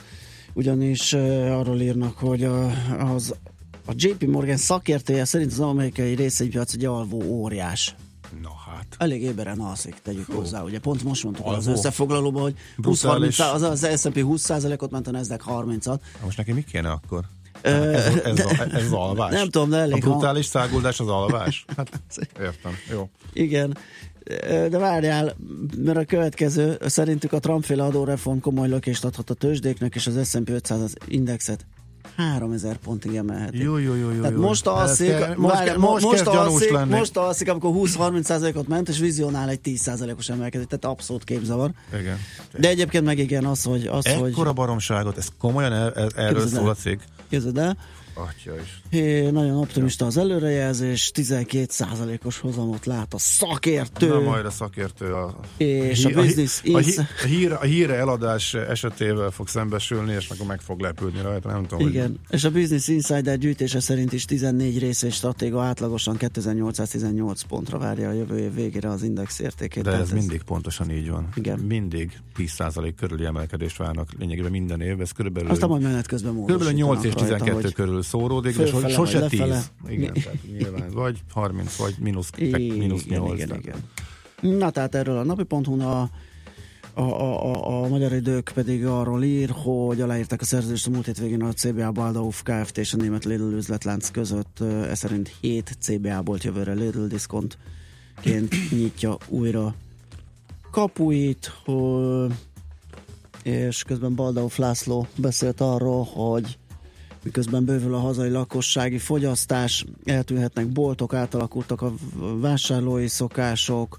ugyanis uh, arról írnak, hogy a, az, a jé pé Morgan szakértője szerint az amerikai részvénypiac egy alvó óriás. Na hát. Elég éberen alszik, tegyük Hú. hozzá. Ugye pont most mondtuk alvó. Az összefoglalóban, hogy húsz-harminc, az, az es and pé húsz százalékot ment, a Nasdaq harmincat. Most neki mi kéne akkor? Ez, ez, ez, ez az alvás? Nem tudom, de elég. A brutális száguldás az alvás? Hát értem, jó. Igen. De várjál, mert a következő, szerintük a Trump-féle adóreform komoly lökést adhat a tőzsdéknek, és az es and pé ötszáz indexet háromezer pontig emelheti. Jó, jó, jó, jó. Tehát most alszik, kell, most, várjál, most, most, alszik most alszik, amikor húsz-harminc százalékot ment, és vizionál egy tíz százalékos emelkedés, tehát abszolút képzavar. Igen. De egyébként meg igen, az, hogy... Az, ekkora hogy... baromságot, ez komolyan el, el, erről szól a cég? Képzeld el. Atya is. Hé, nagyon optimista az előrejelzés, tizenkét százalékos hozamot lát a szakértő. Na majd a szakértő a, és a, a business a, hí, a, hír, a híre eladás esetével fog szembesülni, és akkor meg fog lepődni rajta, nem tudom. Igen, hogy... és a Business Insider gyűjtése szerint is tizennégy részvény stratéga átlagosan kétezer-nyolcszáztizennyolc pontra várja a jövő év végére az index értékét. De ez, ez mindig pontosan így van. Igen. Mindig tíz százalék körüli emelkedést várnak lényegében minden évben. Ez körülbelül, aztán majd menet közben módosítanak. Körülbelül nyolc és tizenkettő körül szóródik, de so, sose tíz. Igen, tehát nyilván vagy harminc, vagy mínusz, mínusz nyolc. Igen, igen. Na tehát erről a napi pont hu-n a, a, a, a, a Magyar Idők pedig arról ír, hogy aláírták a szerződést a múlt hétvégén a cé bé á Baldauf Kft. És a német Lidl üzletlánc között. Ez szerint hét cé bé á bolt jövőre Lidl diszkontként nyitja újra kapuit, hogy, és közben Baldauf László beszélt arról, hogy miközben bővül a hazai lakossági fogyasztás, eltűnhetnek boltok, átalakultak a vásárlói szokások,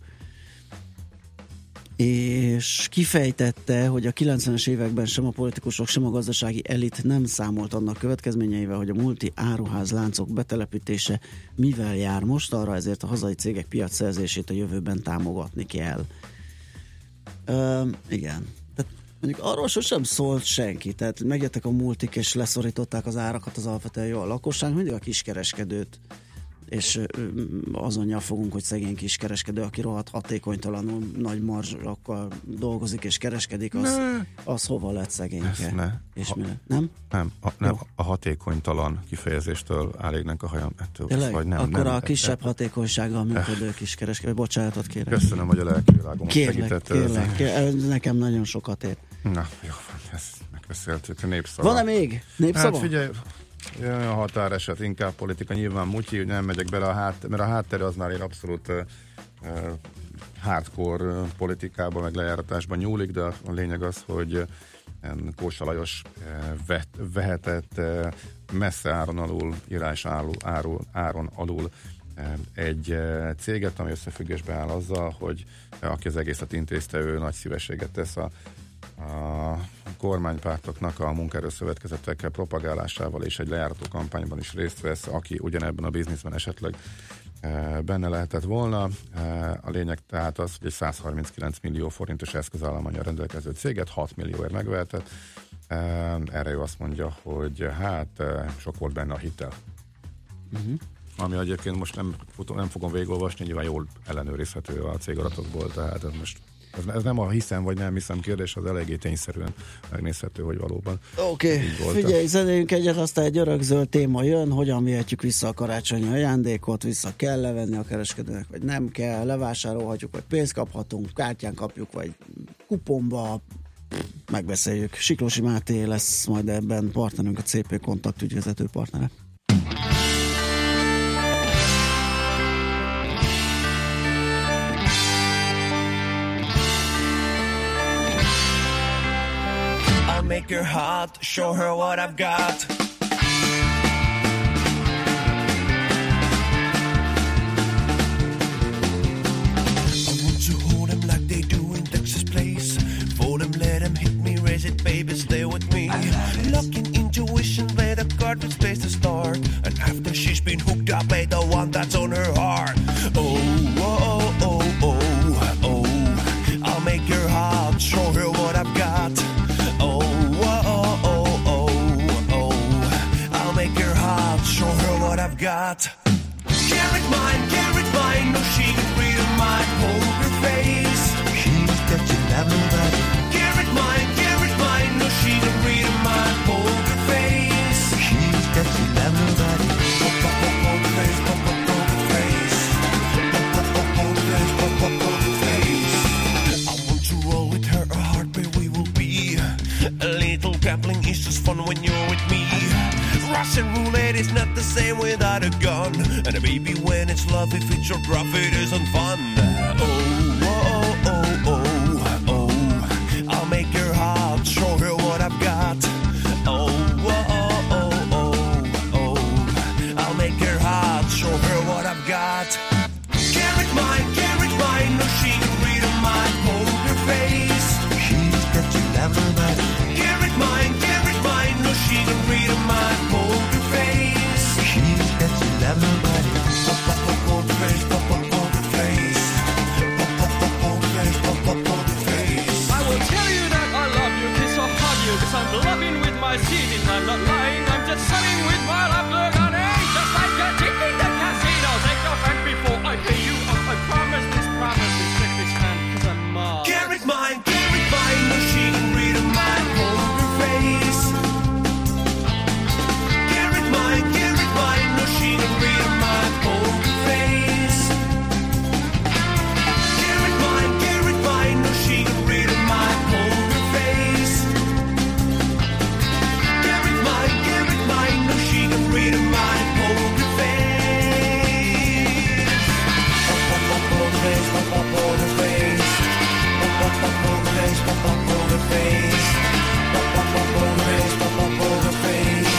és kifejtette, hogy a kilencvenes években sem a politikusok, sem a gazdasági elit nem számolt annak következményeivel, hogy a multi áruház láncok betelepítése mivel jár most, arra ezért a hazai cégek piacszerzését a jövőben támogatni kell. Üm, igen. Mondjuk arról sosem szólt senki, tehát megjöttek a multik és leszorították az árakat, az alapvetően jó a lakosság, mindig a kiskereskedőt, és azonnyal fogunk, hogy szegény kiskereskedő, aki rohadt hatékonytalanul nagy marzsokkal dolgozik és kereskedik, az, az hova lett szegényke? Ne. És ha, mi lett? Nem? Nem, a, nem a hatékonytalan kifejezéstől állégnek a hajam ettől. Tényleg? Vagy nem, Akkor nem, a kisebb e, hatékonysággal működő kiskereskedő. Bocsánatot kérek. Köszönöm, hogy a lelki világomat segített. Kérlek, kérlek, nekem nagyon sokat ér. Na, jó, ezt megbeszéltük, a népszava. Van-e még népszava? Hát figyelj, jön a határeset, inkább politika, nyilván mutyi, hogy nem megyek bele a háttere, mert a háttere az már egy abszolút uh, hardcore uh, politikában, meg lejáratásban nyúlik, de a lényeg az, hogy uh, Kósa Lajos uh, vet, vehetett uh, messze áron alul, írás áron, áron, áron alul uh, egy uh, céget, ami összefüggésbe áll azzal, hogy uh, aki az egészet intézte, ő nagy szívességet tesz a a kormánypártoknak a munkaerőszövetkezetekkel propagálásával és egy lejárató kampányban is részt vesz, aki ugyanebben a bizniszben esetleg benne lehetett volna. A lényeg tehát az, hogy egy száz harminckilenc millió forintos eszközállománnyal rendelkező céget hat millióért megvehetett. Erre ő azt mondja, hogy hát sok volt benne a hitel. Uh-huh. Ami egyébként most nem, nem fogom végigolvasni, nyilván jól ellenőrizhető a cégadatokból, tehát ez most ez, ez nem a hiszem vagy nem hiszem kérdés, az eléggé tényszerűen megnézhető, hogy valóban. Oké, okay. Figyelj, zenéljünk egyet, aztán egy örökzöld téma jön, hogyan vihetjük vissza a karácsonyi ajándékot, vissza kell levenni a kereskedőnek, vagy nem kell, levásárolhatjuk, vagy pénzt kaphatunk, kártyán kapjuk, vagy kuponba, megbeszéljük. Siklósi Máté lesz majd ebben partnerünk, a cé pé Kontakt ügyvezető partnere. Make her hot, show her what I've got. I want to hold them like they do in Texas Place. Fold them, let them hit me, raise it, baby, stay with me. Locking intuition, play the card with space to start. And after she's been hooked up, play the one that's on her heart. Oh, oh, oh, oh, oh, oh. I'll make her hot, show her what I've got. Oh, show her what I've got. Carrot mine, carrot mine, no she can read a mind, poker face. She's touching everybody. Carrot mine, carrot mine, no she can read a mind, poker face. She's touching everybody. Poker face, poker face, poker face, poker face. I want to roll with her, a heartbeat we will be. A little gambling is just fun when you're with me. Russian roulette is not the same without a gun. And a baby, when it's love, if it's your rough, it isn't fun. Oh, oh, oh, oh, oh. I'll make her hot, show her what I've got. Oh, oh, oh, oh, oh. I'll make her hot, show her what I've got. Carrot mine, carrot mine, no she can read a mind, poker face. She's touching everybody. Carrot mine, carrot mine, no she can read a mind, poker face. She's touching everybody. Poker face, poker face, poker face, poker face. I will tell you that I love you, kiss or hug you, 'cause I'm loving with my seating. I'm not lying, I'm just selling with my love, look on it. Just like a tick in the casino. Take your hand before I pay you up. I promise this, promise this, take this hand, 'cause I'm mine. Carrot mine, carrot mine, no she can read a mind, poker face. Carrot mine, carrot mine, no she can read a mind, poker face. Carrot mine, carrot mine, no she can read a mind, poker face. Carrot mine, carrot mine, no she can read a mind, poker face. Poker face, poker face, poker face, poker face, poker face, poker face.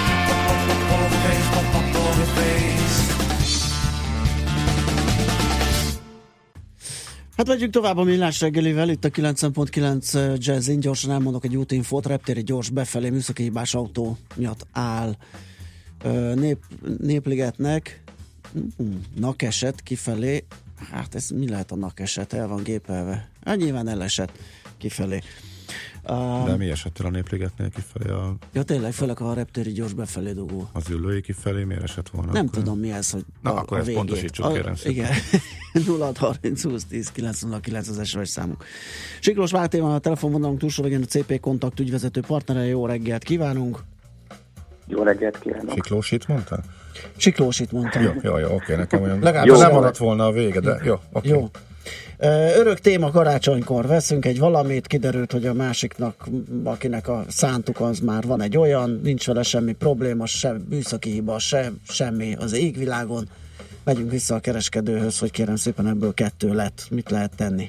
Hát megyünk tovább a Millás reggelivel, itt a kilencven pont kilenc Jazzin, gyorsan elmondok egy útinfót, reptéri gyors befelé műszaki hibás autó miatt áll Nép, Népligetnek Nakeset kifelé, hát ez mi lehet a Nakeset, el van gépelve, hát nyilván elesett kifelé. Uh, De mi esett el a Népligetnél kifelé? A... Ja tényleg, főleg a reptéri gyors befelé dugó. Az Üllői kifelé miért esett volna? Nem akkor? tudom mi ez, hogy Na, a, akkor a ezt végét. pontosítsuk, a, kérem szépen. Igen, nulla hat harminc húsz tíz kilenc nulla kilenc az es em es számunk. Siklós Máté van a telefonvonalunk túlsó végén, a cé pé Kontakt ügyvezető partnere, jó reggelt kívánunk! Jó reggelt kívánok! Siklósit mondtál? Siklósit mondtam. Jó, jó, jó, oké, nekem olyan legalább nem maradt volna a vége, de jó, oké. Jó. Örök téma karácsonykor, veszünk egy valamit, kiderült, hogy a másiknak, akinek a szántuk, az már van egy olyan, nincs vele semmi probléma, se műszaki hiba, se semmi az égvilágon. Megyünk vissza a kereskedőhöz, hogy kérem szépen ebből kettő lett. Mit lehet tenni?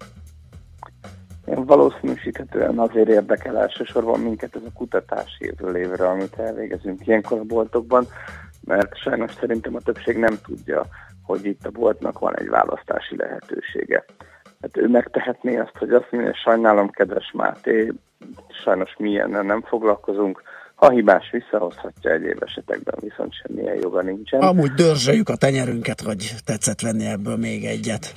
Valószínűsíthetően azért érdekel elsősorban minket ez a kutatás évről évre, amit elvégezünk ilyenkor a boltokban, mert sajnos szerintem a többség nem tudja, hogy itt a boltnak van egy választási lehetősége. Hát ő megtehetné azt, hogy azt mondja, sajnálom, kedves Máté, sajnos mi ilyennel nem foglalkozunk, ha hibás, visszahozhatja, egyéb esetekben viszont semmilyen joga nincsen. Amúgy dörzsöljük a tenyerünket, hogy tetszett venni ebből még egyet.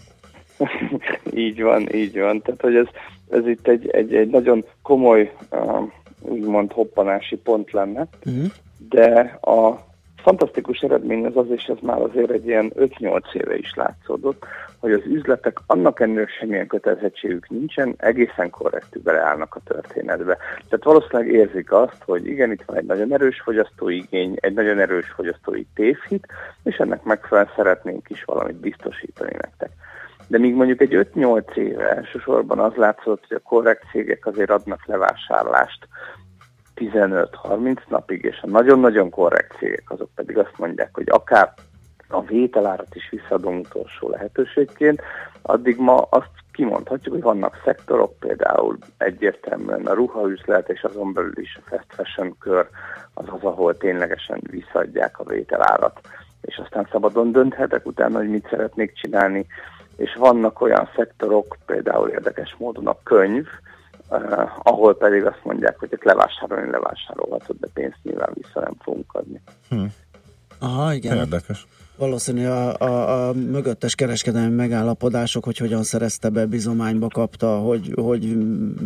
Így van, így van. Tehát, hogy ez, ez itt egy, egy, egy nagyon komoly, uh, úgymond hoppanási pont lenne, uh-huh. de a fantasztikus eredmény az az, és ez már azért egy ilyen öt-nyolc éve is látszódott, hogy az üzletek annak ennél semmilyen kötelezettségük nincsen, egészen korrektül beleállnak a történetbe. Tehát valószínűleg érzik azt, hogy igen, itt van egy nagyon erős fogyasztói igény, egy nagyon erős fogyasztói tévhit, és ennek megfelelően szeretnénk is valamit biztosítani nektek. De míg mondjuk egy öt-nyolc éve elsősorban az látszott, hogy a korrekt cégek azért adnak levásárlást tizenöt-harminc napig, és a nagyon-nagyon korrekt cégek azok pedig azt mondják, hogy akár a vételárat is visszaadom utolsó lehetőségként, addig ma azt kimondhatjuk, hogy vannak szektorok, például egyértelműen a ruhaüzlet, és azon belül is a fast fashion kör az az, ahol ténylegesen visszaadják a vételárat, és aztán szabadon dönthetek utána, hogy mit szeretnék csinálni, és vannak olyan szektorok, például érdekes módon a könyv, Uh, ahol pedig azt mondják, hogy itt levásárolni levásárolhatod, de pénzt nyilván vissza nem fogunk adni. Hm. Aha, igen. Érdekes. Valószínű a, a, a mögöttes kereskedelmi megállapodások, hogy hogyan szerezte be, bizományba kapta, hogy, hogy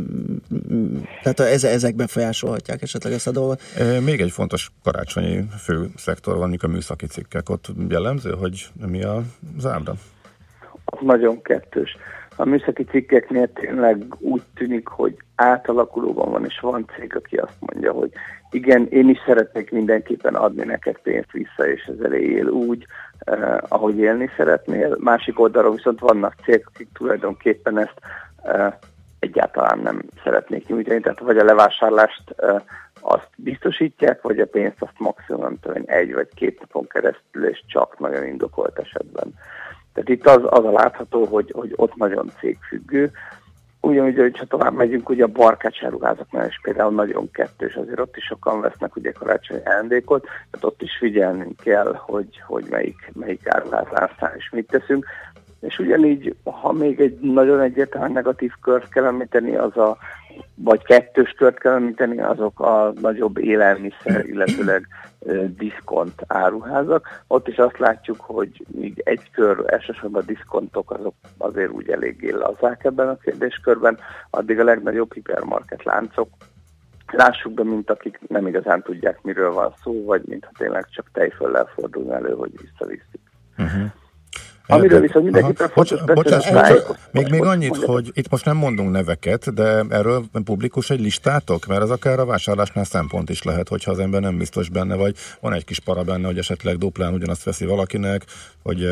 tehát ez, ezek befolyásolhatják esetleg ezt a dolgot. E, még egy fontos karácsonyi fő szektor van, a műszaki cikkek. Ott jellemző, hogy mi az ábra? Az nagyon kettős. A műszaki cikkeknél tényleg úgy tűnik, hogy átalakulóban van, és van cég, aki azt mondja, hogy igen, én is szeretnék mindenképpen adni neked pénzt vissza, és ezzel él úgy, eh, ahogy élni szeretnél. Másik oldalról viszont vannak cégek, akik tulajdonképpen ezt eh, egyáltalán nem szeretnék nyújtani, tehát vagy a levásárlást eh, azt biztosítják, vagy a pénzt azt maximum tudom, egy vagy két napon keresztül, és csak nagyon indokolt esetben. Tehát itt az, az a látható, hogy, hogy ott nagyon cégfüggő. Ugyanúgy, hogyha tovább megyünk, ugye a barkácsáruházaknál is például nagyon kettős, azért ott is sokan vesznek ugye karácsonyi ajándékot, tehát ott is figyelnünk kell, hogy, hogy melyik, melyik áruházánál is mit teszünk. És ugyanígy, ha még egy nagyon egyértelműen negatív kört kell említeni, az a, vagy kettős kört kell említeni, azok a nagyobb élelmiszer, illetőleg uh, diszkont áruházak. Ott is azt látjuk, hogy még egy kör, elsősorban a diszkontok azok azért úgy eléggé lazák ebben a kérdéskörben, addig a legnagyobb hipermarket láncok, lássuk be, mint akik nem igazán tudják, miről van szó, vagy mintha tényleg csak tejföllel fordulna elő, hogy visszaviszik. Uh-huh. Amiről viszont mindenképpen fontos beszélni. Még, még annyit, hogy itt most nem mondunk neveket, de erről publikus egy listátok, mert az akár a vásárlásnál szempont is lehet, hogyha az ember nem biztos benne, vagy van egy kis para benne, hogy esetleg duplán ugyanazt veszi valakinek, hogy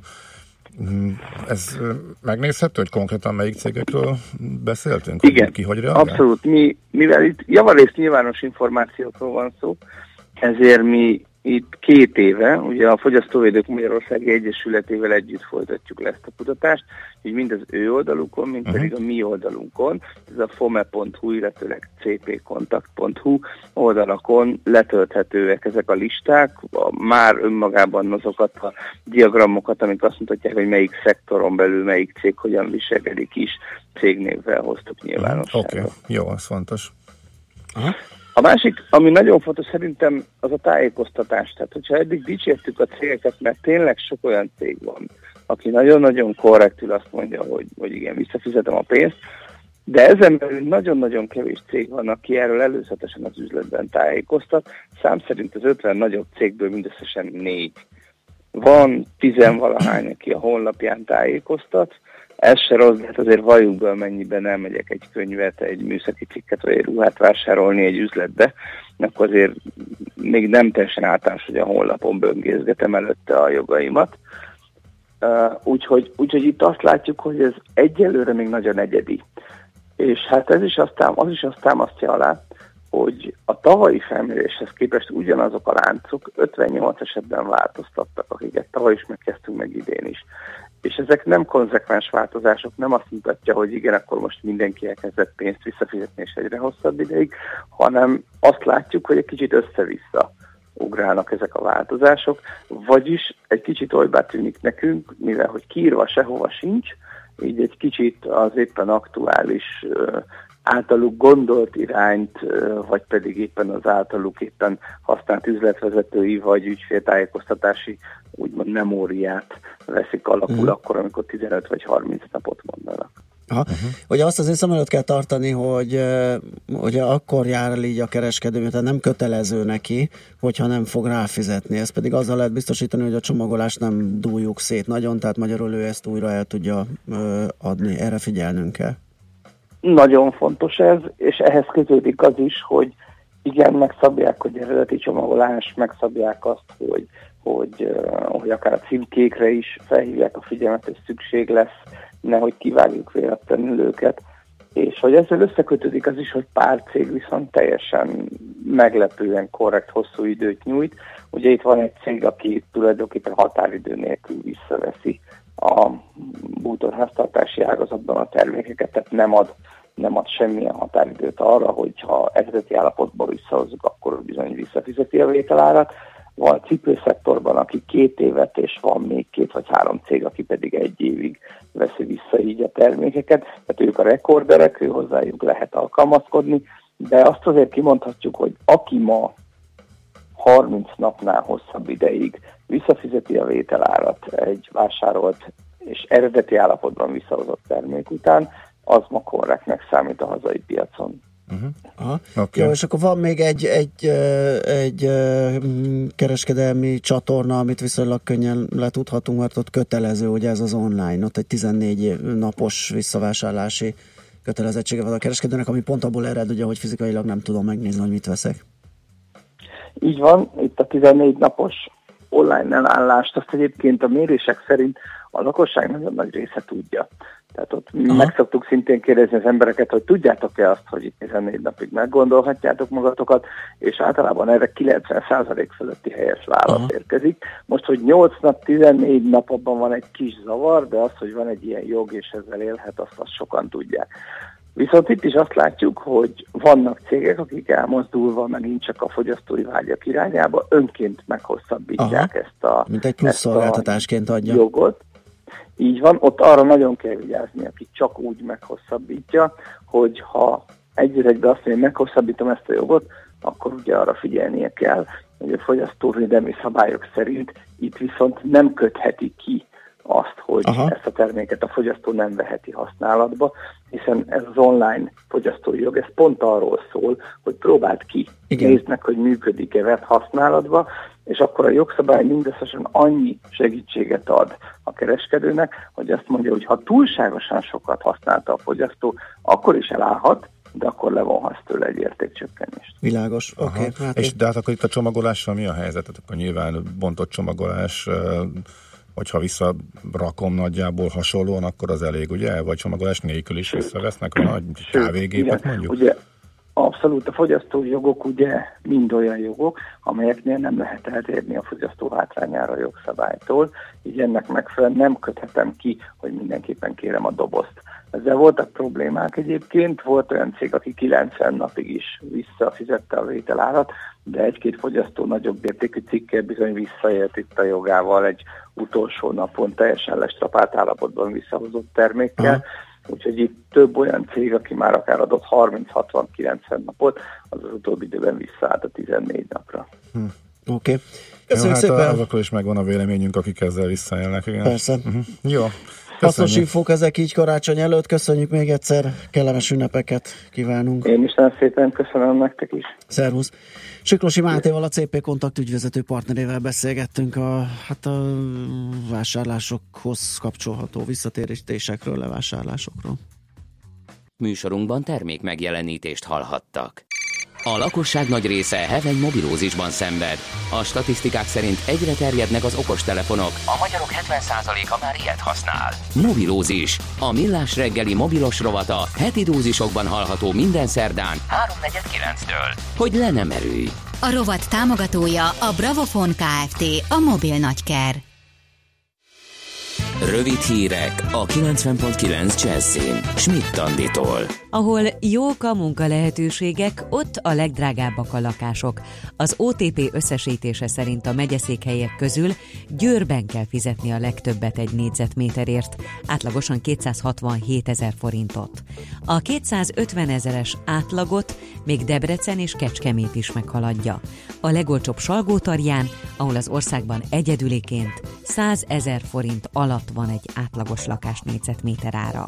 ez megnézhető, hogy konkrétan melyik cégekről beszéltünk? Igen, ki hogy reagál? Abszolút. Mi, mivel itt javarészt nyilvános információkról van szó, ezért mi itt két éve, ugye a Fogyasztóvédők Magyarországi Egyesületével együtt folytatjuk le ezt a kutatást, hogy mind az ő oldalukon, mind uh-huh. pedig a mi oldalunkon, ez a fome pont hu, illetőleg cé pé kontakt pont hu oldalakon letölthetőek ezek a listák, a, már önmagában azokat a diagramokat, amik azt mutatják, hogy melyik szektoron belül melyik cég hogyan viselkedik is, cégnévvel hoztuk nyilvánosságra. Oké, okay. Jó, az fontos. Aha. A másik, ami nagyon fontos szerintem, az a tájékoztatás. Tehát, hogyha eddig dicsértük a cégeket, mert tényleg sok olyan cég van, aki nagyon-nagyon korrektül azt mondja, hogy, hogy igen, visszafizetem a pénzt, de ezen belül nagyon-nagyon kevés cég van, aki erről előzetesen az üzletben tájékoztat. Szám szerint az ötven nagyobb cégből mindösszesen négy. Van tizenvalahány, aki a honlapján tájékoztat. Ez se rossz, de hát azért valljuk be, amennyiben elmegyek egy könyvet, egy műszaki cikket, vagy egy ruhát vásárolni egy üzletbe, akkor azért még nem teljesen általános, hogy a honlapon böngészgetem előtte a jogaimat. Uh, úgyhogy, úgyhogy itt azt látjuk, hogy ez egyelőre még nagyon egyedi. És hát ez is azt, az is azt támasztja alá, hogy a tavalyi felméréshez képest ugyanazok a láncok ötvennyolc esetben változtattak, akiket tavaly is megkezdtünk, meg idén is. És ezek nem konzekvens változások, nem azt mutatja, hogy igen, akkor most mindenki elkezdett pénzt visszafizetni és egyre hosszabb ideig, hanem azt látjuk, hogy egy kicsit össze-vissza ugrálnak ezek a változások, vagyis egy kicsit olybá tűnik nekünk, mivel hogy kiírva sehova sincs, így egy kicsit az éppen aktuális általuk gondolt irányt, vagy pedig éppen az általuk éppen használt üzletvezetői vagy ügyféltájékoztatási úgymond memóriát veszik alapul uh-huh. akkor, amikor tizenöt vagy harminc napot mondanak. Aha. Uh-huh. Ugye azt azért szem előtt kell tartani, hogy ugye akkor jár el így a kereskedő, mert nem kötelező neki, hogyha nem fog ráfizetni. Ez pedig azzal lehet biztosítani, hogy a csomagolást nem dúljuk szét nagyon, tehát magyarul ő ezt újra el tudja ö, adni. Erre figyelnünk kell. Nagyon fontos ez, és ehhez kötődik az is, hogy igen, megszabják, hogy eredeti csomagolás, megszabják azt, hogy, hogy, hogy akár a címkékre is felhívják a figyelmet, hogy szükség lesz, nehogy kivágjuk véletlenül őket, és hogy ezzel összekötődik az is, hogy pár cég viszont teljesen meglepően korrekt hosszú időt nyújt. Ugye itt van egy cég, aki tulajdonképpen határidő nélkül visszaveszi a bútorháztartási ágazatban a termékeket, tehát nem ad, nem ad semmilyen határidőt arra, hogy ha eredeti állapotból visszahozzuk, akkor bizony visszafizeti a vételárat. Van a cipőszektorban, aki két évet, és van még két vagy három cég, aki pedig egy évig veszi vissza így a termékeket. Tehát ők a rekorderek, ő hozzájuk lehet alkalmazkodni, de azt azért kimondhatjuk, hogy aki ma harminc napnál hosszabb ideig visszafizeti a vételárat egy vásárolt és eredeti állapotban visszahozott termék után, az ma korrektnek számít a hazai piacon. Uh-huh. Aha. Okay. Jó, és akkor van még egy, egy, egy, egy kereskedelmi csatorna, amit viszonylag könnyen letudhatunk, mert ott kötelező, hogy ez az online, ott egy tizennégy napos visszavásárlási kötelezettsége van a kereskedőnek, ami pont abból ered, ugye, hogy fizikailag nem tudom megnézni, hogy mit veszek. Így van, itt a tizennégy napos online elállást, azt egyébként a mérések szerint a lakosság nagyon nagy része tudja. Tehát ott Aha. meg szoktuk szintén kérdezni az embereket, hogy tudjátok-e azt, hogy itt tizennégy napig meggondolhatjátok magatokat, és általában erre kilencven százalék fölötti helyes válasz Aha. érkezik. Most, hogy nyolc nap, tizennégy napban van egy kis zavar, de az, hogy van egy ilyen jog, és ezzel élhet, azt, azt sokan tudják. Viszont itt is azt látjuk, hogy vannak cégek, akik elmozdulva megint csak a fogyasztói vágyak irányába önként meghosszabbítják Aha. ezt a, mint egy plusz szolgáltatásként adja. jogot. Így van, ott arra nagyon kell vigyázni, aki csak úgy meghosszabbítja, hogy ha egy egybe azt mondja, meghosszabbítom ezt a jogot, akkor ugye arra figyelnie kell, hogy a fogyasztóvédelmi szabályok szerint itt viszont nem kötheti ki azt, hogy Aha. ezt a terméket a fogyasztó nem veheti használatba, hiszen ez az online fogyasztói jog, ez pont arról szól, hogy próbáld ki, Igen. nézd meg, hogy működik-e vett használatba, és akkor a jogszabály mindösszesen annyi segítséget ad a kereskedőnek, hogy azt mondja, hogy ha túlságosan sokat használta a fogyasztó, akkor is elállhat, de akkor levonhatsz tőle egy értékcsökkenést. Világos. Oké. Okay, hát és de hát akkor itt a csomagolással mi a helyzet? Akkor nyilván bontott csomagolás, hogyha visszarakom nagyjából hasonlóan, akkor az elég, ugye? Vagy csomagolás nélkül is visszavesznek a nagy kávégépet mondjuk? Ugye, abszolút a fogyasztói jogok ugye mind olyan jogok, amelyeknél nem lehet eltérni a fogyasztó hátrányára a jogszabálytól, így ennek megfelelően nem köthetem ki, hogy mindenképpen kérem a dobozt. Ezzel voltak problémák egyébként, volt olyan cég, aki kilencven napig is visszafizette a vételárat, de egy-két fogyasztó nagyobb értékű cikkel bizony visszaélt itt a jogával egy utolsó napon teljesen lestrapált állapotban visszahozott termékkel. Aha. Úgyhogy itt több olyan cég, aki már akár adott harminc hatvan kilencven napot, az az utóbbi időben visszaállt a tizennégy napra. Hm. Oké. Okay. Köszönjük Jó, hát szépen. Azokról is megvan a véleményünk, akik ezzel visszaélnek. Igen. Persze. Uh-huh. Jó. Hasznos infók ezek így karácsony előtt. Köszönjük még egyszer. Kellemes ünnepeket kívánunk. Én is nagyon szépen köszönöm nektek is. Szervusz. Siklosi Mátéval, a cé pé Kontakt ügyvezető partnerével beszélgettünk a, hát a vásárlásokhoz kapcsolható visszatérítésekről, levásárlásokról. Műsorunkban termék megjelenítést hallhattak. A lakosság nagy része heveny mobilózisban szenved. A statisztikák szerint egyre terjednek az okostelefonok. A magyarok hetven százaléka már ilyet használ. Mobilózis. A millás reggeli mobilos rovata heti dózisokban hallható minden szerdán háromnegyed kilenctől. Hogy le nem erőj. A rovat támogatója a Bravofon Kft. A mobil nagyker. Rövid hírek a kilencven pont kilenc Jazzin. Schmidt Anditól. Ahol jók a munkalehetőségek, ott a legdrágábbak a lakások. Az o té pé összesítése szerint a megyeszékhelyek közül Győrben kell fizetni a legtöbbet egy négyzetméterért, átlagosan kétszázhatvanhét ezer forintot. A kétszázötven ezeres átlagot még Debrecen és Kecskemét is meghaladja. A legolcsóbb Salgótarján, ahol az országban egyedüliként százezer forint alatt van egy átlagos lakás négyzetméter ára.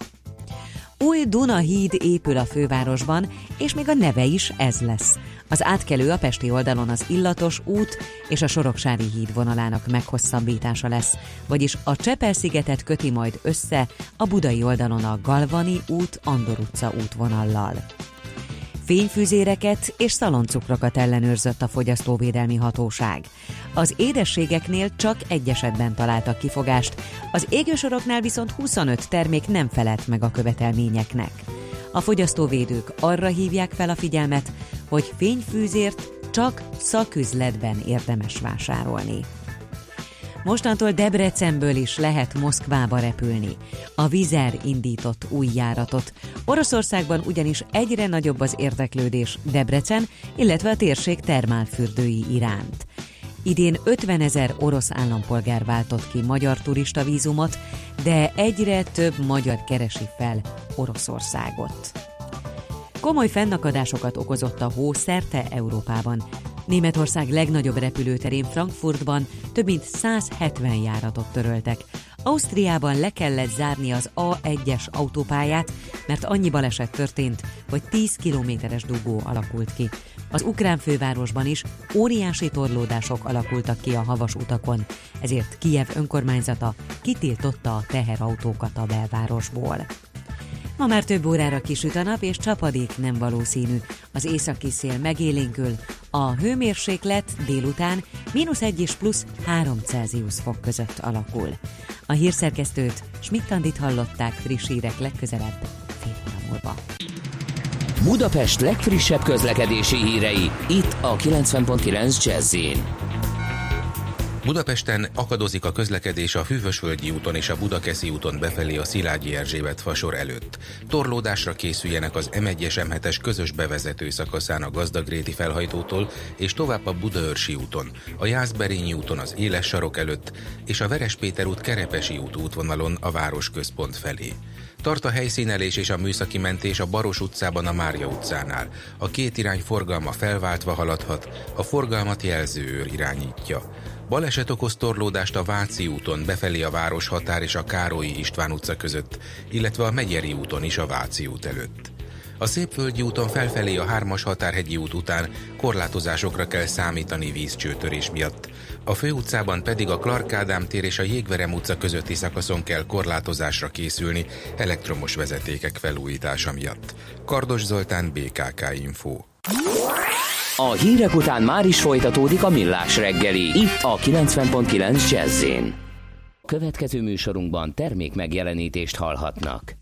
Új Duna-híd épül a fővárosban, és még a neve is ez lesz. Az átkelő a pesti oldalon az Illatos út és a Soroksári híd vonalának meghosszabbítása lesz, vagyis a Csepel-szigetet köti majd össze a budai oldalon a Galvani út Andor utca útvonallal. Fényfűzéreket és szaloncukrokat ellenőrzött a Fogyasztóvédelmi Hatóság. Az édességeknél csak egy esetben találtak kifogást, az égősoroknál viszont huszonöt termék nem felelt meg a követelményeknek. A fogyasztóvédők arra hívják fel a figyelmet, hogy fényfűzért csak szaküzletben érdemes vásárolni. Mostantól Debrecenből is lehet Moszkvába repülni. A Wizz Air indított új járatot. Oroszországban ugyanis egyre nagyobb az érdeklődés Debrecen, illetve a térség termálfürdői iránt. Idén ötvenezer orosz állampolgár váltott ki magyar turistavízumot, de egyre több magyar keresi fel Oroszországot. Komoly fennakadásokat okozott a hó szerte Európában. Németország legnagyobb repülőterén Frankfurtban több mint száz hetven járatot töröltek. Ausztriában le kellett zárni az á egyes autópályát, mert annyi baleset történt, hogy tíz kilométeres dugó alakult ki. Az ukrán fővárosban is óriási torlódások alakultak ki a havas utakon, ezért Kijev önkormányzata kitiltotta a teherautókat a belvárosból. Ma már több órára kisüt a nap, és csapadék nem valószínű. Az északi szél megélénkül, a hőmérséklet délután mínusz egy és plusz három Celsius fok között alakul. A hírszerkesztőt, Schmidt Andit hallották, friss hírek legközelebb fél óra múlva. Budapest legfrissebb közlekedési hírei, itt a kilencven pont kilenc Jazz-in. Budapesten akadozik a közlekedés a Hűvösvölgyi úton és a Budakeszi úton befelé a Szilágyi Erzsébet fasor előtt. Torlódásra készüljenek az em egyes em hetes közös bevezető szakaszán a Gazdagréti felhajtótól és tovább a Budaörsi úton, a Jászberényi úton az Éles sarok előtt és a Verespéter út Kerepesi út útvonalon a városközpont felé. Tart a helyszínelés és a műszaki mentés a Baros utcában a Mária utcánál. A két irány forgalma felváltva haladhat, a forgalmat jelzőőr irányítja. Baleset okoz torlódást a Váci úton befelé a Városhatár és a Károlyi István utca között, illetve a Megyeri úton is a Váci út előtt. A Szépvölgyi úton felfelé a hármas Határhegyi út után korlátozásokra kell számítani vízcsőtörés miatt. A főutcában pedig a Clark Ádám tér és a Jégverem utca közötti szakaszon kell korlátozásra készülni elektromos vezetékek felújítása miatt. Kardos Zoltán, bé ká ká Info. A hírek után már is folytatódik a Millás reggeli, itt a kilencven pont kilenc Jazz-in. Következő műsorunkban termék megjelenítést hallhatnak.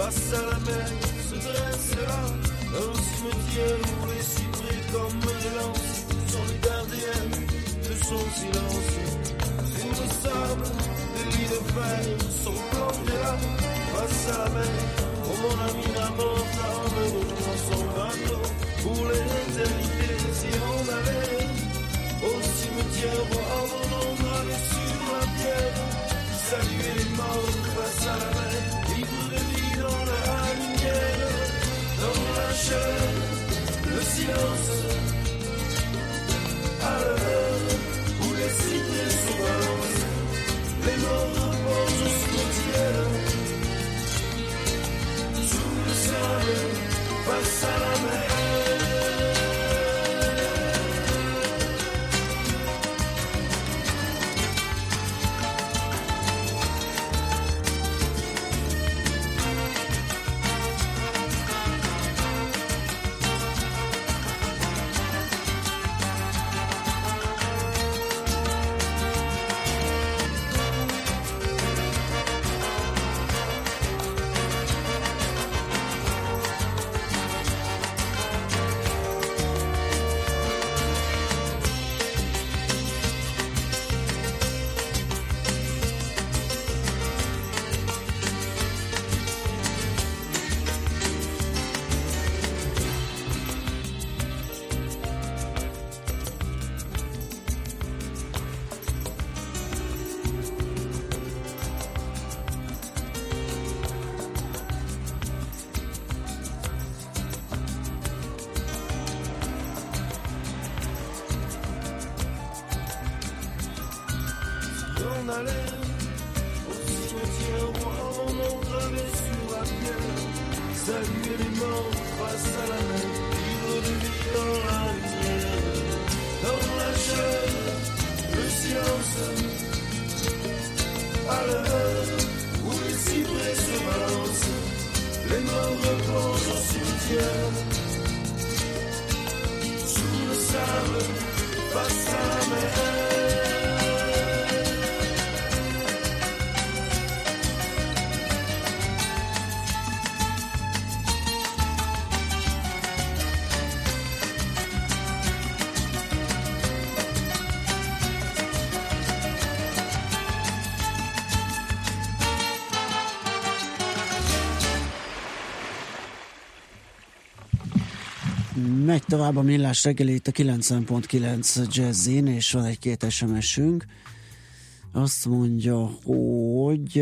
face à la mer, se dresse là, un cimetière où les cyprès comme des lances sont les gardiens de son silence. Sur le sable, des lits de fer sont plantés là, face à la mer, oh mon ami d'amour, emmène-nous dans son bateau, pour l'éternité si on allait, au cimetière voir mon nom gravé sur la pierre, saluer les morts face à la mer, libre de vie dans la lumière, dans la chair, le silence, à l'heure où les cyprès se balancent, les morts reposent au cimetière, sous le sable, face à la mer. Megy tovább a Millás reggeli itt a kilencven pont kilenc Jazzin, és van egy-két es em es-ünk. Azt mondja, hogy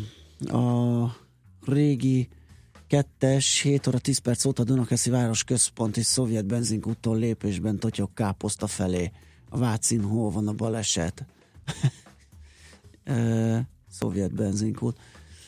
a régi kettes, hét óra tíz perc óta Dunakeszi város központi szovjet benzinkúttól lépésben totyog káposzta felé. A Vácin hol van a baleset? Szovjet benzinkút.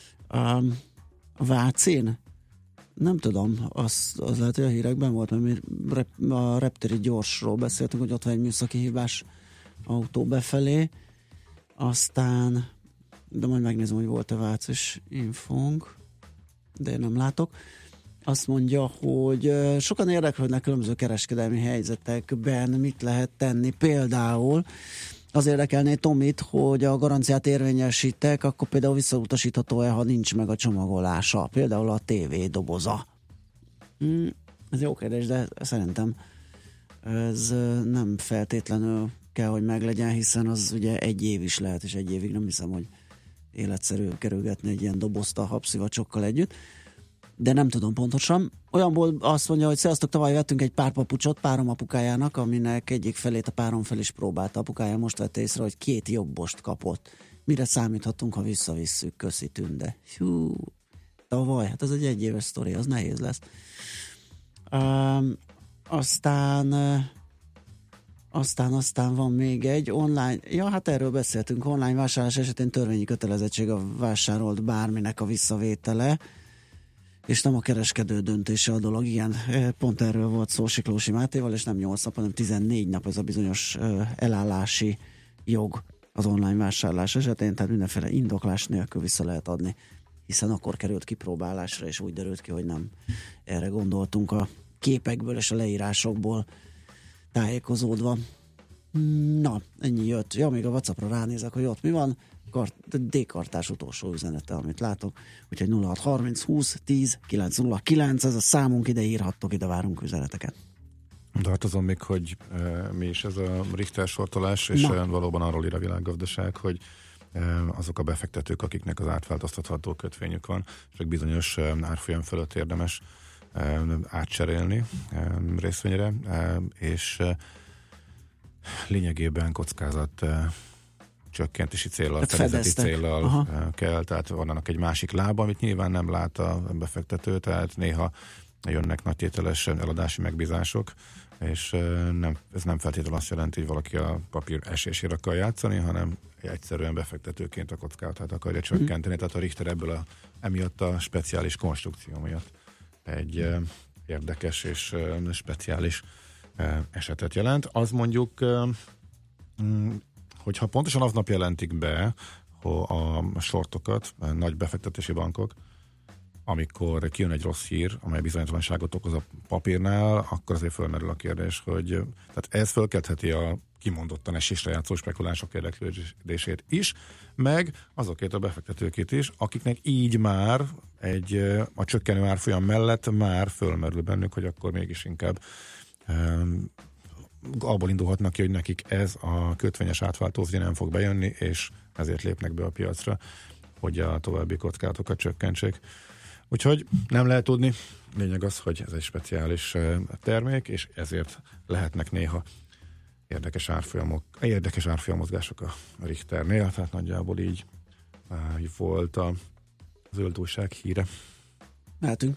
A Vácin? Nem tudom, az, az lehet, hogy a hírekben volt, mert mi rep, a reptéri gyorsról beszéltünk, hogy ott van egy műszaki hívás autó befelé, aztán, de majd megnézem, hogy volt-e Vácos infónk, de én nem látok. Azt mondja, hogy sokan érdeklődnek különböző kereskedelmi helyzetekben, mit lehet tenni, például az érdekelné Tomit, hogy a garanciát érvényesítek, akkor például visszautasítható-e, ha nincs meg a csomagolása. Például a tévé doboza. Hmm, ez jó kérdés, de szerintem ez nem feltétlenül kell, hogy meglegyen, hiszen az ugye egy év is lehet, és egy évig nem hiszem, hogy életszerű kerülgetni egy ilyen dobozt a habszivacsokkal együtt. De nem tudom pontosan. Olyanból azt mondja, hogy sziasztok, tavaly vettünk egy pár papucsot párom apukájának, aminek egyik felét a párom fel is próbálta. Apukája most vette észre, hogy két jobbost kapott. Mire számíthatunk, ha visszavisszük? Köszi, Tünde. Hú, tavaly, hát ez egy egyéves sztori, az nehéz lesz. Um, aztán aztán, aztán van még egy online, ja, hát erről beszéltünk, online vásárlás esetén törvényi kötelezettség a vásárolt bárminek a visszavétele, és nem a kereskedő döntése a dolog, igen, pont erről volt szó Siklósi Mátéval, és nem nyolc nap, hanem tizennégy nap ez a bizonyos elállási jog az online vásárlás esetén, tehát mindenféle indoklás nélkül vissza lehet adni, hiszen akkor került kipróbálásra, és úgy derült ki, hogy nem erre gondoltunk a képekből és a leírásokból tájékozódva. Na, ennyi jött. Ja, még a WhatsAppra ránézek, hogy ott mi van. kart, D-kartás utolsó üzenete, amit látok. Úgyhogy nulla hat harminc húsz tíz kilenc nulla kilenc, ez a számunk, ide írhattok, ide várunk üzeneteket. De hát azon még, hogy e, mi is ez a Richter sortolás, és e, valóban arról ír a Világgazdaság, hogy e, azok a befektetők, akiknek az átváltoztatható kötvényük van, és bizonyos e, árfolyam fölött érdemes e, átcserélni e, részvényre, e, és e, lényegében kockázat e, csökkentési céllal, fedezeti céllal Aha. kell, tehát van annak egy másik lába, amit nyilván nem lát a befektető, tehát néha jönnek nagy tételes eladási megbízások, és nem, ez nem feltétlenül azt jelenti, hogy valaki a papír esésére akar játszani, hanem egyszerűen befektetőként a kockázatát akarja csökkenteni, mm. tehát a Richter ebből a, emiatt a speciális konstrukció miatt egy uh, érdekes és uh, speciális uh, esetet jelent. Az mondjuk uh, mm, hogyha pontosan aznap jelentik be a sortokat, a nagy befektetési bankok, amikor kijön egy rossz hír, amely bizonytalanságot okoz a papírnál, akkor azért fölmerül a kérdés, hogy tehát ez fölkeltheti a kimondottan esésre játszó spekulánsok érdeklődését is, meg azokét a befektetőkét is, akiknek így már egy a csökkenő árfolyam mellett már fölmerül bennük, hogy akkor mégis inkább um, abból indulhatnak ki, hogy nekik ez a kötvényes átváltózni nem fog bejönni, és ezért lépnek be a piacra, hogy a további kockázatokat csökkentsék. Úgyhogy nem lehet tudni. Lényeg az, hogy ez egy speciális termék, és ezért lehetnek néha érdekes árfolyamok, érdekes árfolyamozgások a Richternél, tehát nagyjából így, így volt a zöld újság híre. Mehetünk.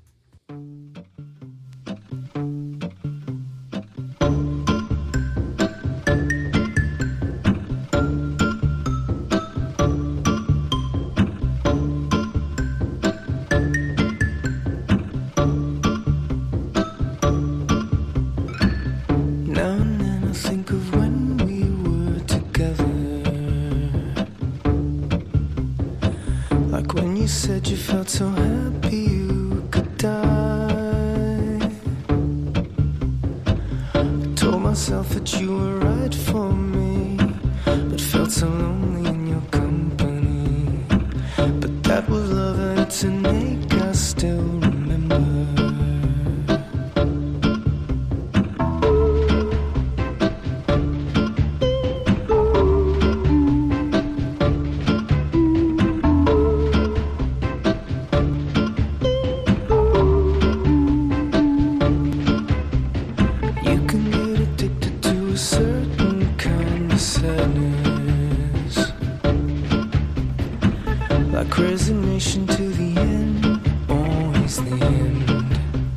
You felt so happy you could die. I told myself that you were right for me, but felt so lonely in your company. But that was love and it's an ache I still remember. Resignation to the end, always the end.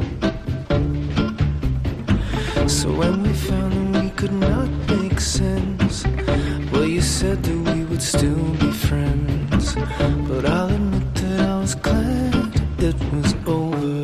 So when we found that we could not make sense, well, you said that we would still be friends. But I'll admit that I was glad it was over.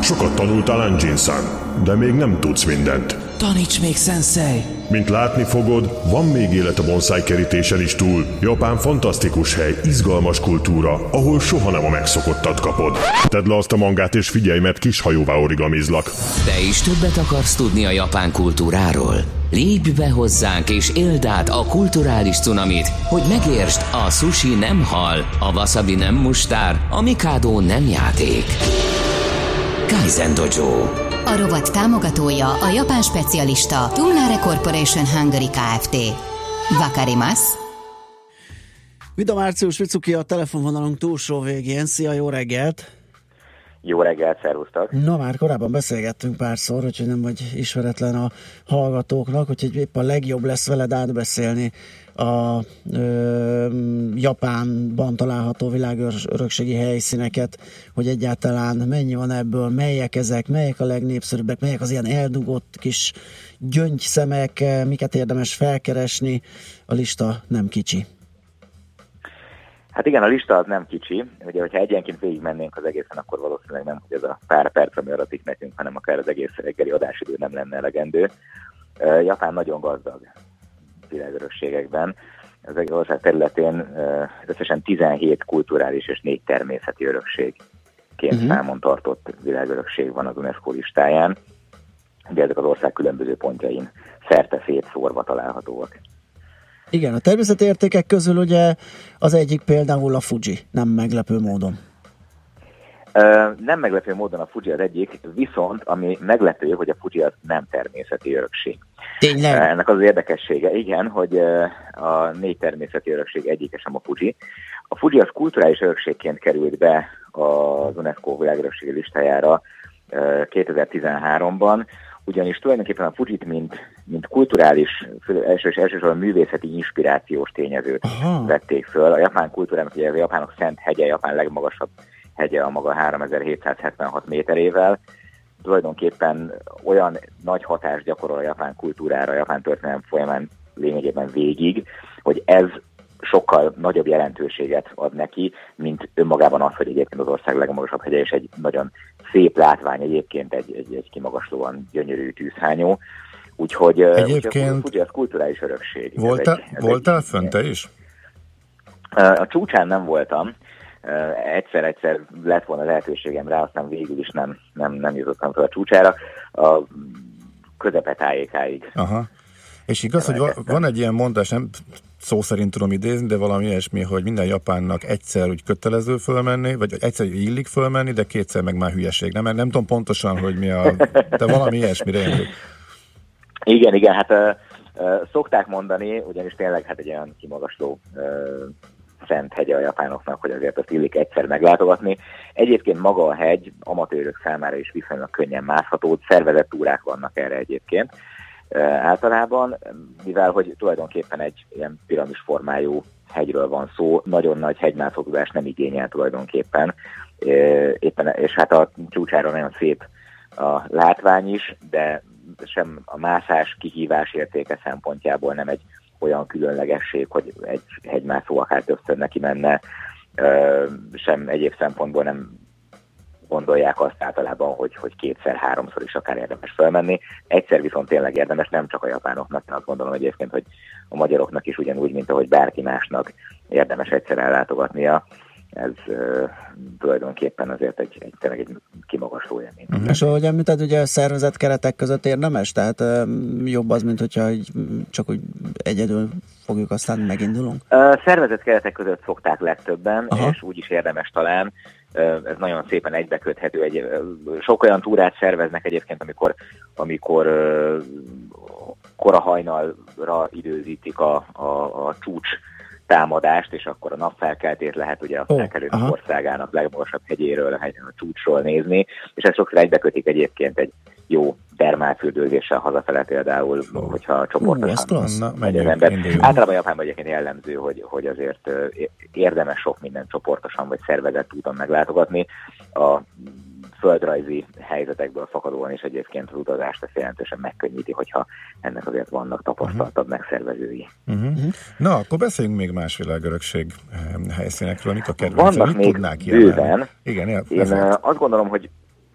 Sokat tanultál Anjin-san, de még nem tudsz mindent. Taníts még, sensei! Mint látni fogod, van még élet a bonsai kerítésen is túl. Japán fantasztikus hely, izgalmas kultúra, ahol soha nem a megszokottat kapod. Tedd le azt a mangát és figyelj, mert kis hajóvá origamizlak. Te is többet akarsz tudni a japán kultúráról? Lépj be hozzánk és éld át a kulturális cunamit, hogy megértsd, a sushi nem hal, a wasabi nem mustár, a mikádó nem játék. Kaizen Dojo. A rovat támogatója a japán specialista Tumnare Corporation Hungary Kft. Wakarimasu. Vida Március Vicuki a telefonvonalunk túlsó végén. Szia, jó reggelt! Jó reggelt, szervusztok! Na, már korábban beszélgettünk párszor, úgyhogy nem vagy ismeretlen a hallgatóknak, úgyhogy épp a legjobb lesz veled átbeszélni a ö, Japánban található világörökségi helyszíneket, hogy egyáltalán mennyi van ebből, melyek ezek, melyek a legnépszerűbbek, melyek az ilyen eldugott kis gyöngyszemek, miket érdemes felkeresni. A lista nem kicsi. Hát igen, a lista az nem kicsi. Ugye, hogyha egyenként végigmennénk az egészen, akkor valószínűleg nem, hogy ez a pár perc, ami adatik nekünk, hanem akár az egész reggeli adásidő nem lenne elegendő. Japán nagyon gazdag világörökségekben. Az egész ország területén összesen tizenhét kulturális és négy természeti örökségként uh-huh. számon tartott világörökség van az UNESCO listáján. Ugye ezek az ország különböző pontjain szerte szétszórva találhatóak. Igen, a természeti értékek közül ugye az egyik például a Fuji, nem meglepő módon. Uh, nem meglepő módon a Fuji az egyik, viszont ami meglepő, hogy a Fuji az nem természeti örökség. Tényleg? Uh, ennek az érdekessége, igen, hogy uh, a négy természeti örökség egyike sem a Fuji. A Fuji az kulturális örökségként került be az UNESCO világörökségi listájára uh, kétezer-tizenháromban, ugyanis tulajdonképpen a Fujit, mint, mint kulturális, első és elsősorban művészeti inspirációs tényezőt Aha. vették föl. A japán kultúrának, ugye a japánok szent hegye, Japán legmagasabb hegye a maga háromezer-hétszázhetvenhat méterével. Tulajdonképpen olyan nagy hatást gyakorol a japán kultúrára, a japán történelem folyamán lényegében végig, hogy ez sokkal nagyobb jelentőséget ad neki, mint önmagában az, hogy egyébként az ország legmagasabb hegye, és egy nagyon szép látvány egyébként, egy, egy, egy kimagaslóan gyönyörű tűzhányó. Úgyhogy, egyébként úgyhogy az kulturális örökség. Voltál, ez egy, voltál egy, fönn te is? A csúcsán nem voltam. Egyszer-egyszer lett volna lehetőségem rá, aztán végül is nem, nem, nem jutottam fel a csúcsára. A közepetájékáig. Aha. És igaz, hogy van, van egy ilyen mondás, nem szó szerint tudom idézni, de valami ilyesmi, hogy minden japánnak egyszer úgy kötelező fölmenni, vagy egyszer illik fölmenni, de kétszer meg már hülyeség. Nem, nem tudom pontosan, hogy mi a... De valami ilyesmire emlék. Igen, igen, hát uh, uh, szokták mondani, ugyanis tényleg hát egy olyan kimagasló uh, szent hegye a japánoknak, hogy azért azt illik egyszer meglátogatni. Egyébként maga a hegy amatőrök számára is viszonylag könnyen mászható, szervezett túrák vannak erre egyébként. Uh, általában, mivel hogy tulajdonképpen egy ilyen piramis formájú hegyről van szó, nagyon nagy hegymászótudást nem igényel tulajdonképpen, uh, éppen, és hát a csúcsára nagyon szép a látvány is, de sem a mászás kihívás értéke szempontjából nem egy olyan különlegesség, hogy egy hegymászó akár többször neki menne, uh, sem egyéb szempontból nem gondolják azt általában, hogy, hogy kétszer-háromszor is akár érdemes felmenni. Egyszer viszont tényleg érdemes, nem csak a japánoknak, én azt gondolom egyébként, hogy a magyaroknak is ugyanúgy, mint ahogy bárki másnak érdemes egyszer ellátogatnia. Ez uh, tulajdonképpen azért egy, egy, tényleg egy kimagasló élmény. Uh-huh. És ahogy említed, ugye a szervezet keretek között érdemes? Tehát uh, jobb az, mint hogyha így, csak úgy egyedül fogjuk, aztán megindulunk? Uh, szervezet keretek között szokták legtöbben, Aha. és úgy is érdemes talán. Ez nagyon szépen egybeköthető. Egy, sok olyan túrát szerveznek egyébként, amikor, amikor uh, kora hajnalra időzítik a, a, a csúcs támadást, és akkor a napfelkeltét lehet ugye a oh, felkelők országának legmagasabb hegyéről, a csúcsról nézni, és ez sokszor egybekötik egyébként egy jó termálfürdőzéssel hazafele például, oh. hogyha csoportosan uh, megy az ember. Általában Japánban egyébként jellemző, hogy, hogy azért érdemes sok minden csoportosan vagy szervezett úton meglátogatni. A földrajzi helyzetekből fakadóan is egyébként az utazást ezt jelentősen megkönnyíti, hogyha ennek azért vannak tapasztaltabb uh-huh. megszervezői. Uh-huh. Na, akkor beszéljünk még más világörökség helyszínekről, mik a kedvencek, vannak mit még tudnák bőven. Igen, Én azt gondolom, hogy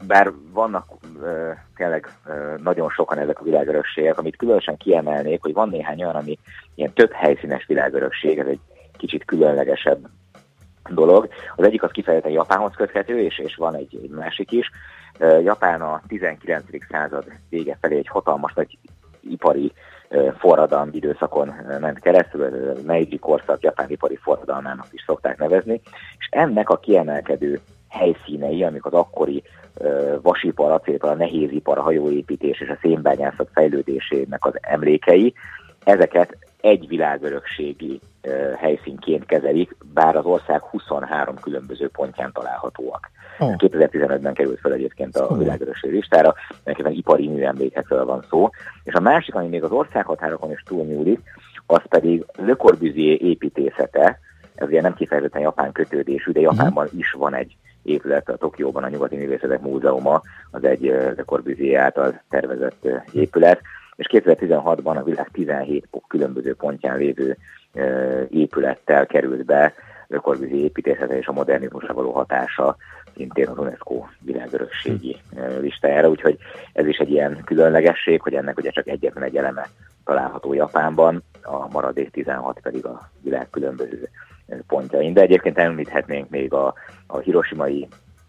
bár vannak uh, tényleg uh, nagyon sokan ezek a világörökségek, amit különösen kiemelnék, hogy van néhány olyan, ami ilyen több helyszínes világörökség, ez egy kicsit különlegesebb dolog. Az egyik az kifejezetten Japánhoz köthető, és, és van egy, egy másik is. Uh, Japán a tizenkilencedik század vége felé egy hatalmas nagy ipari uh, forradalmi időszakon uh, ment keresztül, a Meiji korszak japán ipari forradalmának is szokták nevezni, és ennek a kiemelkedő helyszínei, amik az akkori uh, vasipar, acélipar, a nehézipar, a hajóépítés és a szénbányászat fejlődésének az emlékei, ezeket egy világörökségi uh, helyszínként kezelik, bár az ország huszonhárom különböző pontján találhatóak. Oh. kétezer-tizenötben került fel egyébként a világörökség listára, nekem ipari műemlékekről van szó, és a másik, ami még az országhatárokon is túlnyúlik, az pedig Le Corbusier építészete. Ez ugye nem kifejezetten japán kötődésű, de Japánban is van egy épület, a Tokióban a Nyugati Művészetek Múzeuma, az egy Le Corbusier által tervezett épület, és kétezer-tizenhatban a világ tizenhét különböző pontján lévő épülettel került be Le Corbusier építészete és a modernizmusra való hatása szintén az UNESCO világörökségi listájára, úgyhogy ez is egy ilyen különlegesség, hogy ennek ugye csak egyetlen egy eleme található Japánban, a maradék tizenhat pedig a világ különböző pontjain. De egyébként említhetnénk még a, a hiroshimai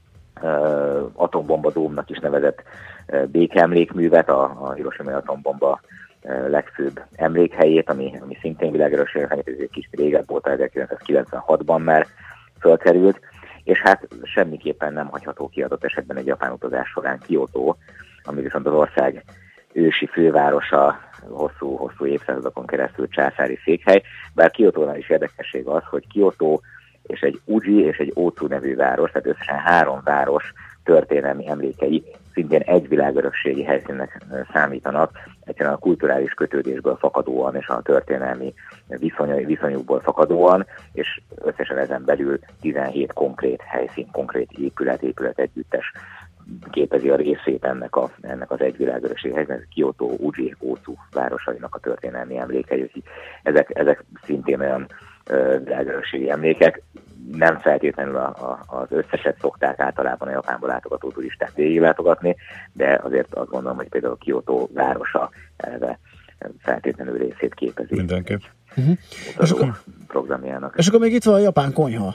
uh, atombomba dómnak is nevezett uh, békeemlékművet, a, a hiroshimai atombomba uh, legfőbb emlékhelyét, ami, ami szintén világörökség, egy kis régebb volt, ezerkilencszázkilencvenhatban már fölkerült, és hát semmiképpen nem hagyható ki adott esetben egy japán utazás során Kyoto, ami viszont az ország ősi fővárosa, hosszú, hosszú évszázadokon keresztül császári székhely, bár Kyotónál is érdekesség az, hogy Kyoto és egy Uji és egy Otsu nevű város, tehát összesen három város történelmi emlékei szintén egy világörökségi helyszínnek számítanak, egyszerűen a kulturális kötődésből fakadóan és a történelmi viszony, viszonyukból fakadóan, és összesen ezen belül tizenhét konkrét helyszín, konkrét épület, épület együttes képezi a részét ennek, a, ennek az egy világörökség helyzetnek, Kyoto, Uji, Otsu városainak a történelmi emlékei. Ezek, ezek szintén olyan ö, világörökségi emlékek. Nem feltétlenül a, a, az összeset szokták általában a Japánból látogató turisták végiglátogatni, de azért azt gondolom, hogy például Kyoto városa elve feltétlenül részét képezi. Mindenképp. Uh-huh. És, akkor, programjának. És akkor még itt van a japán konyha.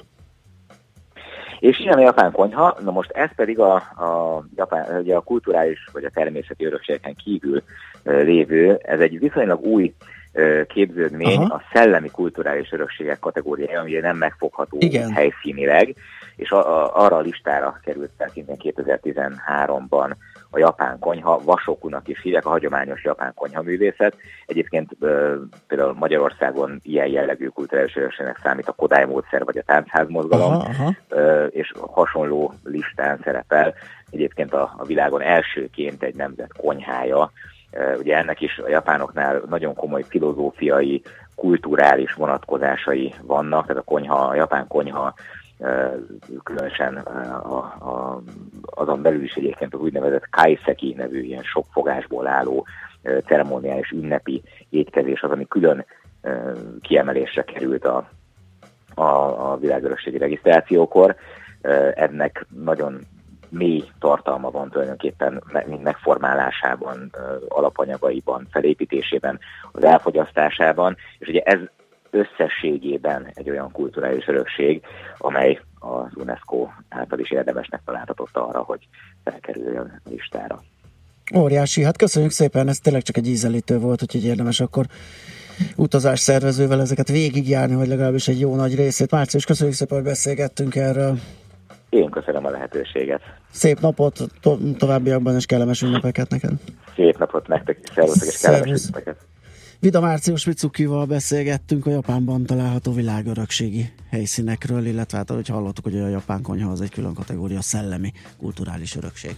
És ilyen a japán konyha, na most ez pedig a, a, japán, ugye a kulturális vagy a természeti örökségeken kívül uh, lévő, ez egy viszonylag új uh, képződmény, aha, a szellemi kulturális örökségek kategóriája, ami nem megfogható igen. helyszínileg, és a, a, arra a listára került fel szintén kétezer-tizenháromban a japán konyha, Wasokunak is hívják, a hagyományos japán konyhaművészet. Egyébként uh, például Magyarországon ilyen jellegű kulturális örökségnek számít a Kodály módszer vagy a táncház mozgalom, aha, aha. Uh, és hasonló listán szerepel egyébként a, a világon elsőként egy nemzet konyhája. Uh, ugye ennek is a japánoknál nagyon komoly filozófiai, kulturális vonatkozásai vannak, tehát a konyha, a japán konyha különösen a, a, azon belül is egyébként az úgynevezett kaiseki nevű ilyen sok fogásból álló ceremóniális ünnepi étkezés az, ami külön kiemelésre került a, a, a világörökségi regisztrációkor. Ennek nagyon mély tartalma van tulajdonképpen mind megformálásában, alapanyagaiban, felépítésében, az elfogyasztásában, és ugye ez összességében egy olyan kulturális örökség, amely az UNESCO által is érdemesnek találtatott arra, hogy felkerüljön a listára. Óriási, hát köszönjük szépen, ez tényleg csak egy ízelítő volt, úgyhogy érdemes akkor utazás szervezővel ezeket végigjárni, vagy legalábbis egy jó nagy részét. Március, köszönjük szépen, hogy beszélgettünk erről. Én köszönöm a lehetőséget. Szép napot, to- továbbiakban és kellemes ünnepeket neked. Szép napot nektek, szervusztok és kellemes ünnepeket. Vida Március Mitsukival beszélgettünk a Japánban található világörökségi helyszínekről, illetve hát ahogy hallottuk, hogy a japán konyha az egy külön kategória, szellemi, kulturális örökség.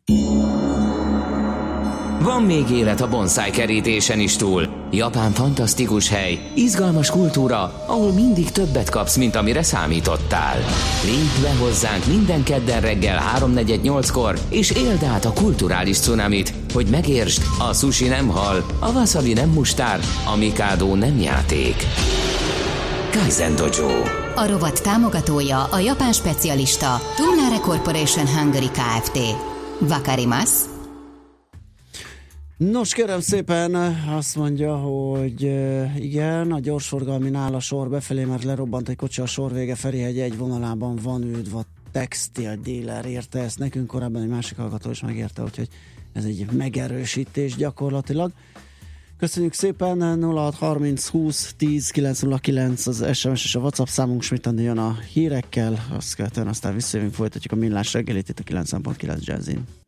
Van még élet a bonsai kerítésen is túl. Japán fantasztikus hely, izgalmas kultúra, ahol mindig többet kapsz, mint amire számítottál. Lépj be hozzánk minden kedden reggel háromnegyed nyolckor, és éld át a kulturális cunamit, hogy megértsd, a sushi nem hal, a wasabi nem mustár, a mikádó nem játék. Kaizen Dojo. A rovat támogatója a japán specialista Tumnare Corporation Hungary Kft. Vakarimasz. Nos, kérem szépen, azt mondja, hogy igen, a gyorsforgalminál a sor befelé, mert lerobbant egy kocsi a sor vége, Ferihegy egy vonalában van ülve, textil dealer érte ezt nekünk, korábban egy másik hallgató is megérte, úgyhogy ez egy megerősítés gyakorlatilag. Köszönjük szépen, nulla hat harminc húsz tíz kilenc nulla kilenc az es em es és a WhatsApp számunk, Schmidt jön a hírekkel, azt követően aztán visszajövünk, folytatjuk a millás reggelit itt a kilencven pont kilenc Jazzin.